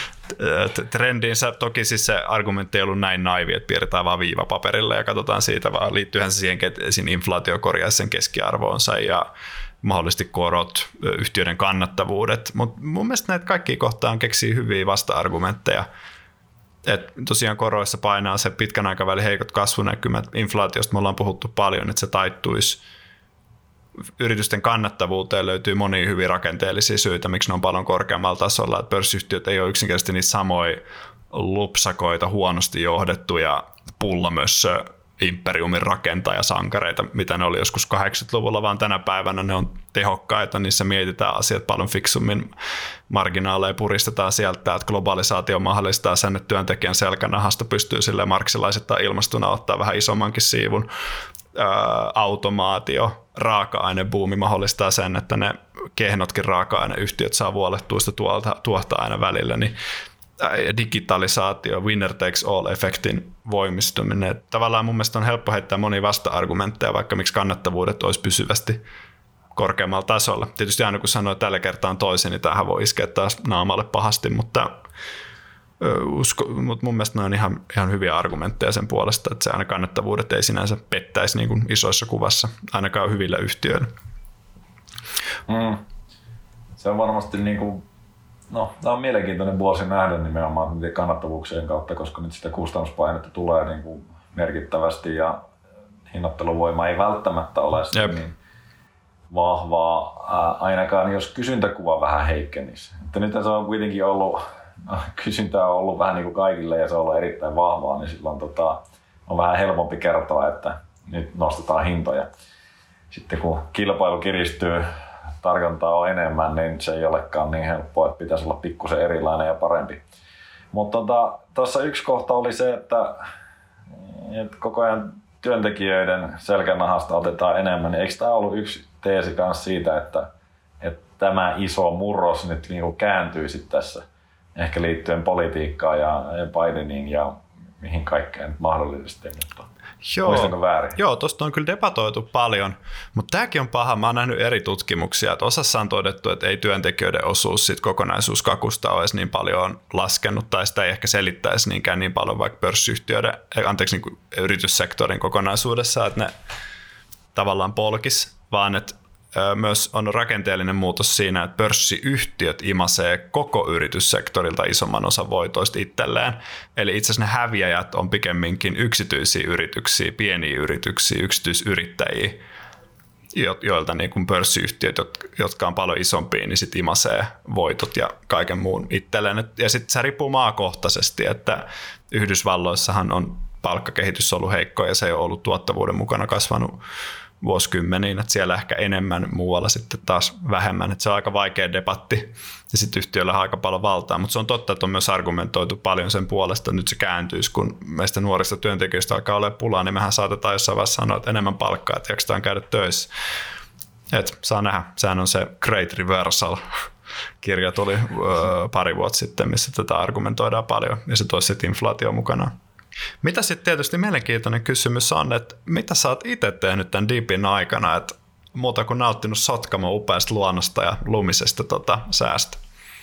trendiinsä. Toki siis se argumentti ei ollut näin naivi, että piirretään vaan viiva paperille ja katsotaan siitä, vaan liittyyhän se siihen, että inflaatio korjaisi sen keskiarvoonsa ja mahdollisesti korot, yhtiöiden kannattavuudet. Mutta mun mielestä näitä kaikkia kohtaan keksii hyviä vasta-argumentteja. Et tosiaan koroissa painaa se pitkän aikavälin heikot kasvunäkymät. Inflaatiosta me ollaan puhuttu paljon, että se taittuisi. Yritysten kannattavuuteen löytyy monia hyviä rakenteellisia syitä, miksi ne on paljon korkeammalla tasolla. Et pörssiyhtiöt ei ole yksinkertaisesti niitä samoja lupsakoita, huonosti johdettuja pullamössö imperiumin rakentajasankareita, mitä ne oli joskus kahdeksankymmentäluvulla, vaan tänä päivänä ne on tehokkaita, niissä mietitään asiat paljon fiksummin, marginaaleja puristetaan sieltä, että globalisaatio mahdollistaa sen, että työntekijän selkänahasta pystyy silleen marksilaisittain ilmastuna ottaa vähän isommankin siivun. Ää, automaatio, raaka-ainebuumi mahdollistaa sen, että ne kehnotkin raaka-aineyhtiöt saa vuolettua sitä tuolta, tuolta aina välillä, niin digitalisaatio, winner takes all-efektin voimistuminen. Että tavallaan mun mielestä on helppo heittää monia vasta-argumentteja, vaikka miksi kannattavuudet olisi pysyvästi korkeammalla tasolla. Tietysti aina kun sanoo, että tällä kertaa on toisin, niin tämähän voi iskeä taas naamalle pahasti, mutta, usko, mutta mun mielestä ne on ihan, ihan hyviä argumentteja sen puolesta, että se aina kannattavuudet ei sinänsä pettäisi niin kuin isoissa kuvassa, ainakaan hyvillä yhtiöillä. Mm. Se on varmasti niin kuin No, tämä on mielenkiintoinen vuosi nähdä nimenomaan kannattavuuksien kautta, koska nyt sitä kustannuspainetta tulee niin kuin merkittävästi ja hinnoitteluvoima ei välttämättä ole niin vahvaa, ää, ainakaan jos kysyntäkuva vähän heikkenisi. Että nyt se on kuitenkin ollut, kysyntää on ollut vähän niin kuin kaikille ja se on ollut erittäin vahvaa, niin silloin tota, on vähän helpompi kertoa, että nyt nostetaan hintoja. Sitten kun kilpailu kiristyy tarjontaa on enemmän, niin se ei olekaan niin helppoa, että pitäisi olla pikkusen erilainen ja parempi. Mutta tuossa tota, yksi kohta oli se, että, että koko ajan työntekijöiden selkänahasta otetaan enemmän. Eikö tämä ollut yksi teesi kanssa siitä, että, että tämä iso murros nyt niinku kääntyisi tässä, ehkä liittyen politiikkaan ja, ja Bideniin ja mihin kaikkeen mahdollisesti. Mutta muistanko väärin? Joo, tuosta on kyllä debatoitu paljon, mutta tämäkin on paha. Mä oon nähnyt eri tutkimuksia, että osassa on todettu, että ei työntekijöiden osuus sit kokonaisuuskakusta ole niin paljon laskenut, tai sitä ei ehkä selittäisi niinkään niin paljon vaikka pörssiyhtiöiden, anteeksi niin kuin yrityssektorin kokonaisuudessa, että ne tavallaan polkis, vaan että myös on rakenteellinen muutos siinä, että pörssiyhtiöt imasee koko yrityssektorilta isomman osan voitoista itselleen. Eli itse asiassa ne häviäjät on pikemminkin yksityisiä yrityksiä, pieniä yrityksiä, yksityisyrittäjiä, joilta niin kuin pörssiyhtiöt, jotka on paljon isompia, niin sit imasee voitot ja kaiken muun itselleen. Ja sitten se riippuu maakohtaisesti, että Yhdysvalloissahan on palkkakehitys ollut heikko ja se ei ole ollut tuottavuuden mukana kasvanut vuosikymmeniin, että siellä ehkä enemmän, muualla sitten taas vähemmän. Että se on aika vaikea debatti ja sitten yhtiöllä on aika paljon valtaa, mutta se on totta, että on myös argumentoitu paljon sen puolesta, että nyt se kääntyisi, kun meistä nuorista työntekijöistä alkaa olla pulaa, niin mehän saatetaan jossain vaiheessa sanoa, että enemmän palkkaa, että jaksetaan käydä töissä. Et saa nähdä, sehän on se Great Reversal. Kirja tuli ö, pari vuotta sitten, missä tätä argumentoidaan paljon ja se toisi sitten inflaatio mukanaan. Mitä sitten tietysti mielenkiintoinen kysymys on, että mitä sä oot itse tehnyt tämän Deepin aikana, että muuta kuin nauttinut Sotkamo upeasta luonnosta ja lumisesta tota, säästä?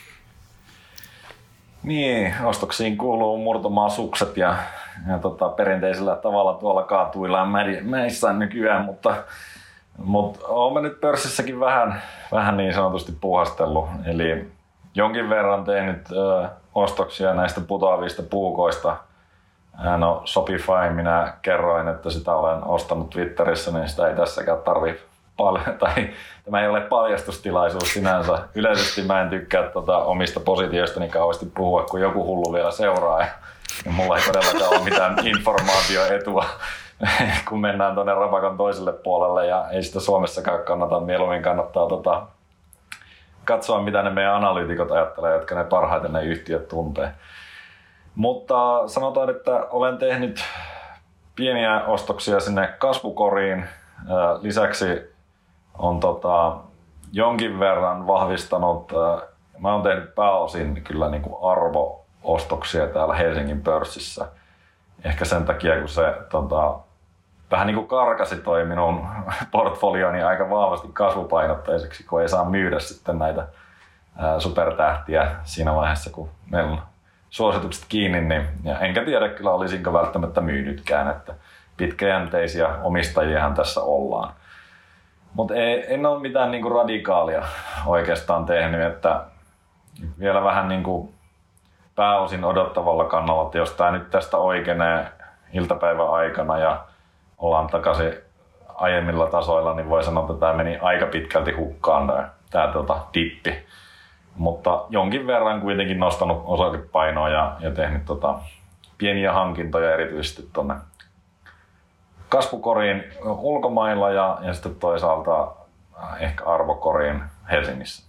Niin, ostoksiin kuuluu murtomaan sukset ja, ja tota, perinteisellä tavalla tuolla kaatuillaan mäissä nykyään, mutta, mutta olen nyt pörssissäkin vähän, vähän niin sanotusti puuhastellut, eli jonkin verran tehnyt ö, ostoksia näistä putoavista puukoista. No Shopify, minä kerroin, että sitä olen ostanut Twitterissä, niin sitä ei tässäkään tarvitse paljon, tai tämä ei ole paljastustilaisuus sinänsä. Yleisesti mä en tykkää tuota omista positioistani kauheasti puhua, kun joku hullu vielä seuraa, ja mulla ei todellakaan ole mitään informaatioetua, kun mennään tuonne rapakon toiselle puolelle, ja ei sitä Suomessakaan kannata, mieluummin kannattaa tota, katsoa, mitä ne meidän analyytikot ajattelee, jotka ne parhaiten ne yhtiöt tuntee. Mutta sanotaan, että olen tehnyt pieniä ostoksia sinne kasvukoriin. Lisäksi on tota, jonkin verran vahvistanut, mä olen tehnyt pääosin kyllä niin kuin arvo-ostoksia täällä Helsingin pörssissä. Ehkä sen takia, kun se tota, vähän niin kuin karkasi toi minun portfolioni aika vahvasti kasvupainotteiseksi, kun ei saa myydä sitten näitä supertähtiä siinä vaiheessa, kun meillä on suositukset kiinni, niin ja enkä tiedä kyllä olisinko välttämättä myynytkään, että pitkäjänteisiä omistajiahan tässä ollaan. Mutta en ole mitään niinku radikaalia oikeastaan tehnyt, että vielä vähän niinku pääosin odottavalla kannalla, että jos tämä nyt tästä oikeenee iltapäivän aikana ja ollaan takaisin aiemmilla tasoilla, niin voi sanoa, että tämä meni aika pitkälti hukkaan tämä tota, dippi. Mutta jonkin verran kuitenkin nostanut osakepainoa ja, ja tehnyt tota, pieniä hankintoja erityisesti tuonne kasvukoriin ulkomailla ja, ja sitten toisaalta ehkä arvokoriin Helsingissä.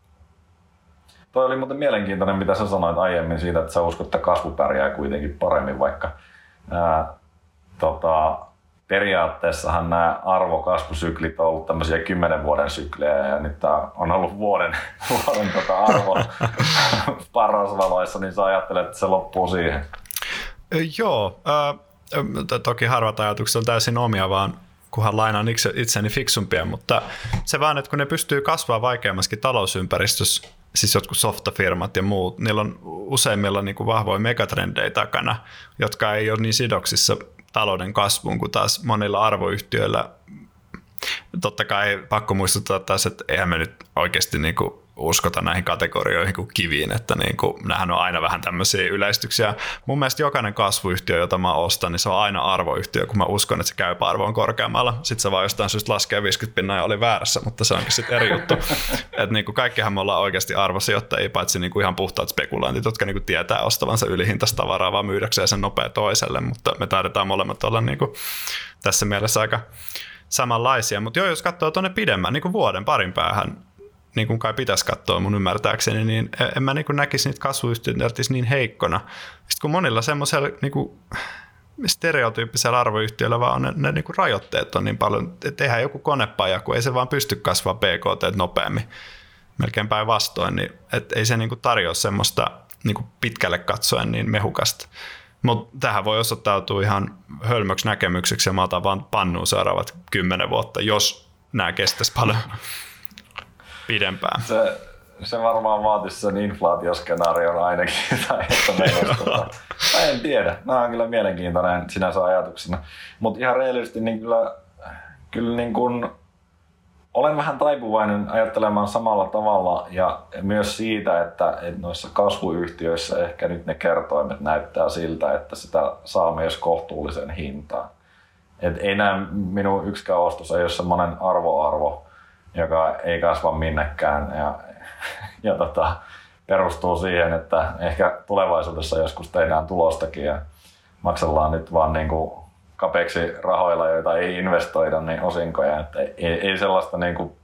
Toi oli muuten mielenkiintoinen, mitä sä sanoit aiemmin siitä, että sä uskot, että kasvu pärjää kuitenkin paremmin, vaikka ää, tota, periaatteessahan nämä arvokasvusyklit on ollut tämmöisiä kymmenen vuoden syklejä ja nyt tää on ollut vuoden, vuoden tota arvo parasvaloissa, niin sä ajattelet, että se loppuu siihen. Joo, äh, toki harvat ajatukset on täysin omia, vaan kunhan lainaan itseni fiksumpia, mutta se vaan, että kun ne pystyy kasvamaan vaikeammaskin talousympäristössä, siis jotkut softafirmat ja muut, niillä on useimmilla niin kuin vahvoja megatrendejä takana, jotka ei ole niin sidoksissa talouden kasvuun, kun taas monilla arvoyhtiöillä, totta kai pakko muistuttaa taas, että eihän me nyt oikeasti niin kuin uskota näihin kategorioihin kuin kiviin, että niin kuin, nämähän on aina vähän tämmöisiä yleistyksiä. Mun mielestä jokainen kasvuyhtiö, jota mä ostan, niin se on aina arvoyhtiö, kun mä uskon, että se käypä-arvo on korkeammalla. Sitten se vaan jostain syystä laskee viisikymmentä pinnaa ja oli väärässä, mutta se onkin sitten eri juttu. Että niin kuin kaikkihan me ollaan oikeasti arvosijoittajia, paitsi niin kuin ihan puhtaat spekulantit, jotka niin kuin tietää ostavansa ylihintaista tavaraa vaan myydäkseen sen nopea toiselle, mutta me taidetaan molemmat olla niin kuin tässä mielessä aika samanlaisia. Mutta joo, jos katsoo tuonne pidemmän, niin kuin vuoden parin päähän, niin kuin kai pitäisi katsoa mun ymmärtääkseni, niin en mä niin kuin näkisi niitä kasvuyhtiöitä niin heikkona. Sitten kun monilla semmoisella niin kuin stereotyyppisellä arvoyhtiöllä vaan ne, ne niin kuin rajoitteet on niin paljon, että tehdään joku konepaja, kun ei se vaan pysty kasvaa B K T nopeammin, melkein päinvastoin, niin et ei se niin kuin tarjoa semmoista niin kuin pitkälle katsoen niin mehukasta. Mutta tähän voi osoittautua ihan hölmöksi näkemykseksi ja mä otan vaan pannuun seuraavat kymmenen vuotta, jos nämä kestäisi paljon pidempään. Se, se varmaan vaatisi sen inflaatioskenaarion ainakin, tai että meillä en tiedä. Nämä on kyllä mielenkiintoinen sinänsä ajatuksena. Mutta ihan reellisesti niin kyllä, kyllä niin kuin olen vähän taipuvainen ajattelemaan samalla tavalla ja myös siitä, että, että noissa kasvuyhtiöissä ehkä nyt ne kertoimet näyttää siltä, että sitä saa myös kohtuullisen hintaan. Et ei näe minun yksikään ostos, ei ole semmoinen arvoarvo, joka ei kasva minnekään ja, ja tota, perustuu siihen, että ehkä tulevaisuudessa joskus tehdään tulostakin ja maksellaan nyt vaan niin kuin kapeiksi rahoilla, joita ei investoida, niin osinkoja. Että ei, ei sellaista niin kuin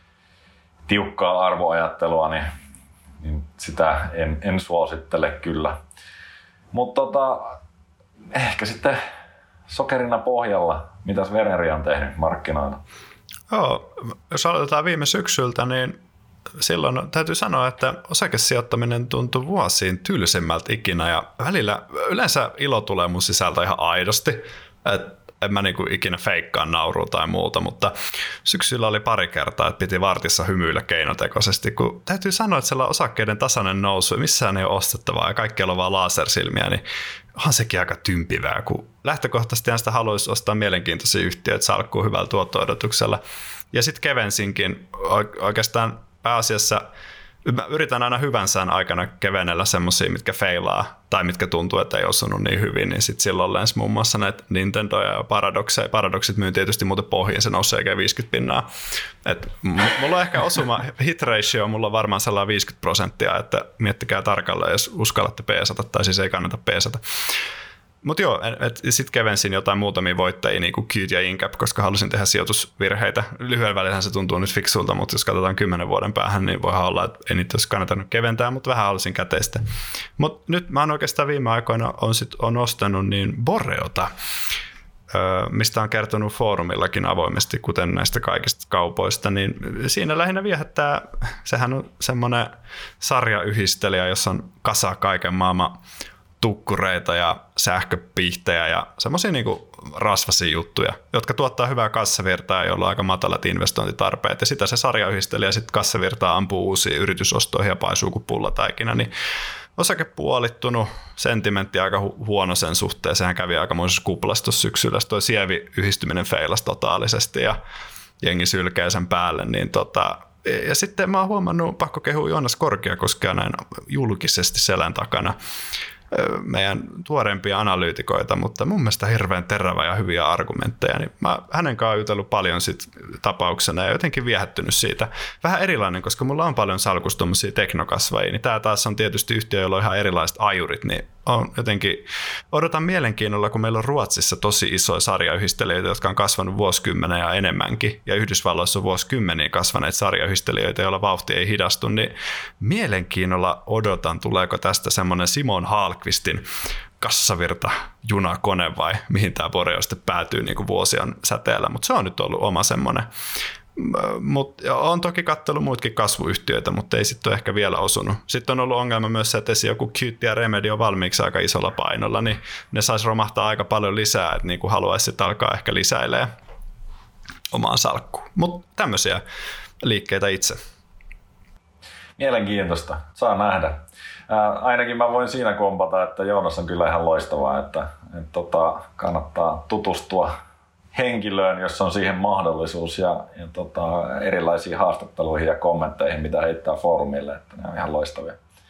tiukkaa arvoajattelua, niin, niin sitä en, en suosittele kyllä. Mutta tota, ehkä sitten sokerina pohjalla, mitäs Veneri on tehnyt markkinoilla? Joo, jos aloitetaan viime syksyltä, niin silloin täytyy sanoa, että osakesijoittaminen tuntui vuosiin tylsimmältä ikinä ja välillä yleensä ilo tulee mun sisältä ihan aidosti. Et en mä niinku ikinä feikkaan naurua tai muuta, mutta syksyllä oli pari kertaa, että piti vartissa hymyillä keinotekoisesti, kun täytyy sanoa, että siellä osakkeiden tasainen nousu, missään ei ole ostettavaa ja kaikkialla on vaan lasersilmiä, niin onhan sekin aika tympivää, kun lähtökohtaisesti sitä haluaisi ostaa mielenkiintoisia yhtiöitä salkkuun hyvällä tuotto-odotuksella. Ja sitten kevensinkin oikeastaan pääasiassa. Mä yritän aina hyvän sään aikana kevenellä semmosia, mitkä feilaa tai mitkä tuntuu, että ei osunut niin hyvin, niin sit silloin lensi muun muassa näitä Nintendo ja Paradoxeja. Paradoxit myy tietysti muuten pohjiin, se nousee viisikymmentä pinnaa. Et mulla on ehkä osuma hit ratio, mulla on varmaan sellainen viisikymmentä prosenttia, että miettikää tarkalleen, jos uskallatte peesata, tai siis ei kannata peesata. Mutta joo, sitten kevensin jotain muutamia voittajia, niin kuin Qt ja Incap, koska halusin tehdä sijoitusvirheitä. Lyhyellä välillä se tuntuu nyt fiksulta, mutta jos katsotaan kymmenen vuoden päähän, niin voihan olla, että ei niitä olisi kannattanut keventää, mutta vähän halusin käteistä. Mutta nyt mä oon oikeastaan viime aikoina on, sit, on ostanut niin Boreota, mistä on kertonut foorumillakin avoimesti, kuten näistä kaikista kaupoista, niin siinä lähinnä viehättää, sehän on semmoinen sarjayhdistelijä, jossa on kasa kaiken maailman tukkureita ja sähköpihtejä ja semmoisia niinku rasvaisia juttuja, jotka tuottaa hyvää kassavirtaa ja joilla on aika matalat investointitarpeet. Ja sitä se sarjayhdistelijä sitten kassavirtaa ampuu uusiin yritysostoihin ja paisuu kuin pullataikina. Niin osake puolittunut, sentimentti aika hu- huono sen suhteen. Sehän kävi aikamoisessa kuplassa syksyllä. Tuo Sievi-yhdistyminen feilasi totaalisesti ja jengi sylkee sen päälle. Niin tota, ja sitten mä oon huomannut, pakko kehua Joonas Korkeakoskea näin julkisesti selän takana, meidän tuoreempia analyytikoita, mutta mun mielestä hirveän terävä ja hyviä argumentteja. Niin mä hänen kanssaan jutellut paljon sit tapauksena ja jotenkin viehättynyt siitä. Vähän erilainen, koska mulla on paljon salkussa tommosia teknokasvajia, niin tää taas on tietysti yhtiö, jolla on ihan erilaiset ajurit, niin on jotenkin, odotan mielenkiinnolla, kun meillä on Ruotsissa tosi isoja sarjayhdistelijöitä, jotka on kasvanut vuosikymmenen ja enemmänkin, ja Yhdysvalloissa on vuosikymmeniä kasvaneet sarjayhdistelijöitä, joilla vauhti ei hidastu, niin mielenkiinnolla odotan, tuleeko tästä semmoinen Simon Hallqvistin kassavirta junakone vai mihin tämä Boreo sitten päätyy niin kuin vuosien säteellä, mutta se on nyt ollut oma semmoinen. Mut, on toki katsellut muutkin kasvuyhtiöitä, mutta ei sitten ole ehkä vielä osunut. Sitten on ollut ongelma myös se, että joku Qt ja Remedy on valmiiksi aika isolla painolla, niin ne saisi romahtaa aika paljon lisää, että niin kuin haluaisi sitten alkaa ehkä lisäilee omaan salkkuun. Mutta tämmöisiä liikkeitä itse. Mielenkiintoista, saa nähdä. Ää, ainakin mä voin siinä kompata, että Joonas on kyllä ihan loistavaa, että, että tota, kannattaa tutustua henkilöön, jos on siihen mahdollisuus ja, ja tota, erilaisiin haastatteluihin ja kommentteihin, mitä heittää foorumille, että ne on ihan loistavia.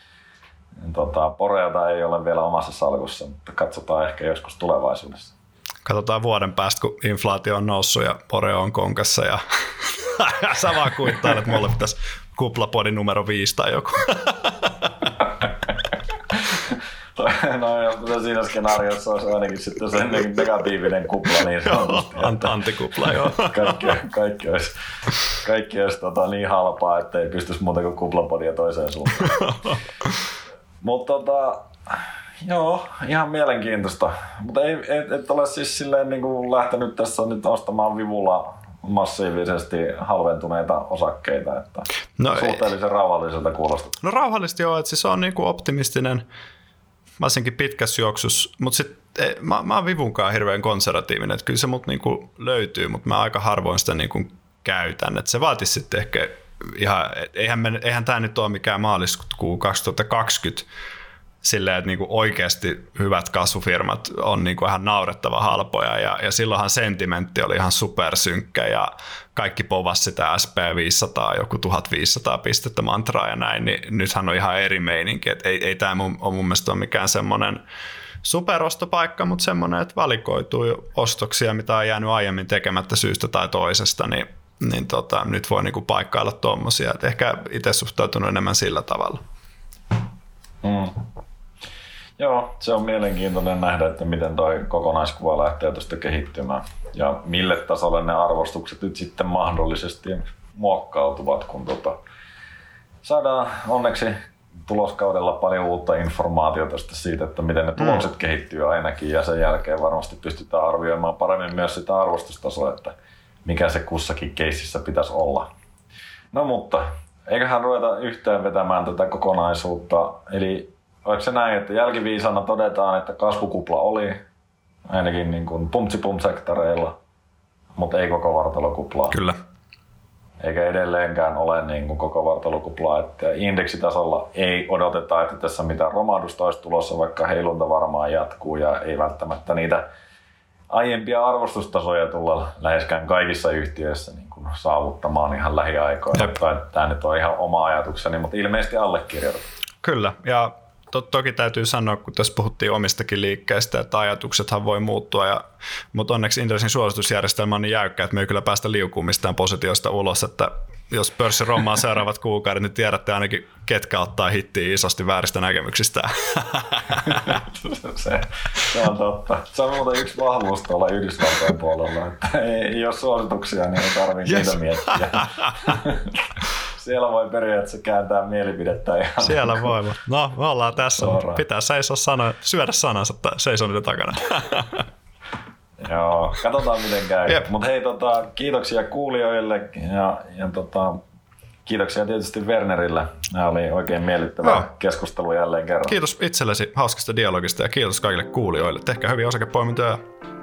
Ja, tota, Boreota ei ole vielä omassa salkussa, mutta katsotaan ehkä joskus tulevaisuudessa. Katsotaan vuoden päästä, kun inflaatio on noussut ja Boreo on konkassa ja sä vaan kuittailet, että mulle pitäisi kuplapodi numero viisi tai joku. No siinä skenaariossa olisi ainakin sitten se negatiivinen kupla niin sanotusti. Antikupla, joo. Kaikki, kaikki olisi, kaikki olisi tota niin halpaa, että ei pystyisi muuta kuin kuplapodia toiseen suuntaan. Mutta tota, joo, ihan mielenkiintoista. Mutta ei, et, et ole siis silleen niin kuin lähtenyt tässä nyt ostamaan vivulla massiivisesti halventuneita osakkeita, että no suhteellisen ei. Rauhalliselta kuulostaa. No rauhallisesti joo, että siis on niin kuin optimistinen, varsinkin pitkässä juoksussa, mutta sitten mä, mä oon vivunkaan hirveän konservatiivinen, että kyllä se mut niin kuin löytyy, mutta mä aika harvoin sitä niin kuin käytän, että se vaatisi sitten ehkä ihan, eihän, me, eihän tämä nyt ole mikään maaliskuu kaksituhattakaksikymmentä, silleen, että niinku oikeasti hyvät kasvufirmat on niinku ihan naurettava halpoja ja, ja silloinhan sentimentti oli ihan supersynkkä ja kaikki povasi sitä S P viisisataa, joku tuhatviisisataa pistettä mantraa ja näin, niin nythän on ihan eri meininki, että ei, ei tämä mun, mun mielestä ole mikään semmoinen superostopaikka, mutta semmoinen, että valikoituu ostoksia, mitä on jäänyt aiemmin tekemättä syystä tai toisesta, niin, niin tota, nyt voi niinku paikkailla tuommoisia, että ehkä itse suhtautunut enemmän sillä tavalla. Mm. Joo, se on mielenkiintoinen nähdä, että miten toi kokonaiskuva lähtee tuosta kehittymään ja mille tasolle ne arvostukset nyt sitten mahdollisesti muokkautuvat, kun tota, saadaan onneksi tuloskaudella paljon uutta informaatiota siitä, että miten ne tulokset mm. kehittyy ainakin ja sen jälkeen varmasti pystytään arvioimaan paremmin myös sitä arvostustasoa, että mikä se kussakin keississä pitäisi olla. No mutta eiköhän ruveta yhteen vetämään tätä kokonaisuutta, eli oliko se näin, että jälkiviisana todetaan, että kasvukupla oli ainakin niin kuin pumtsipum-sektoreilla, mutta ei koko vartalokuplaa. Kyllä. Eikä edelleenkään ole niin kuin koko vartalokuplaa, että indeksitasolla ei odoteta, että tässä mitään romahdusta olisi tulossa, vaikka heilunta varmaan jatkuu ja ei välttämättä niitä aiempia arvostustasoja tulla läheskään kaikissa yhtiöissä niin kuin saavuttamaan ihan lähiaikoina. Tämä nyt on ihan oma ajatukseni, mutta ilmeisesti allekirjoitettu. Kyllä, ja to- toki täytyy sanoa, kun tässä puhuttiin omistakin liikkeistä, että ajatuksethan voi muuttua, ja, mutta onneksi Inderesin suositusjärjestelmä on niin jäykkä, että me ei kyllä päästä liukumaan mistään positiosta ulos, että jos pörssi rommaa seuraavat kuukaudet, niin tiedätte ainakin, ketkä ottaa hittiä isosti vääristä näkemyksistä. se, se on totta. Se on muuten yksi vahvuus tuolla Yhdysvaltojen puolella, että ei, ei ole suosituksia, niin ei tarvitse yes. niitä miettiä. Siellä voi periaatteessa kääntää mielipidettä ihan. Siellä voi. No, me ollaan tässä. Pitää seisoa sana, syödä sanansa seisoo niiden takana. Joo, katsotaan miten käy. Mutta hei, tota, kiitoksia kuulijoille ja, ja tota, kiitoksia tietysti Wernerille. Nämä oli oikein miellyttävä no. keskustelu jälleen kerran. Kiitos itsellesi hauskasta dialogista ja kiitos kaikille kuulijoille. Tehkää hyviä osakepoimintoja.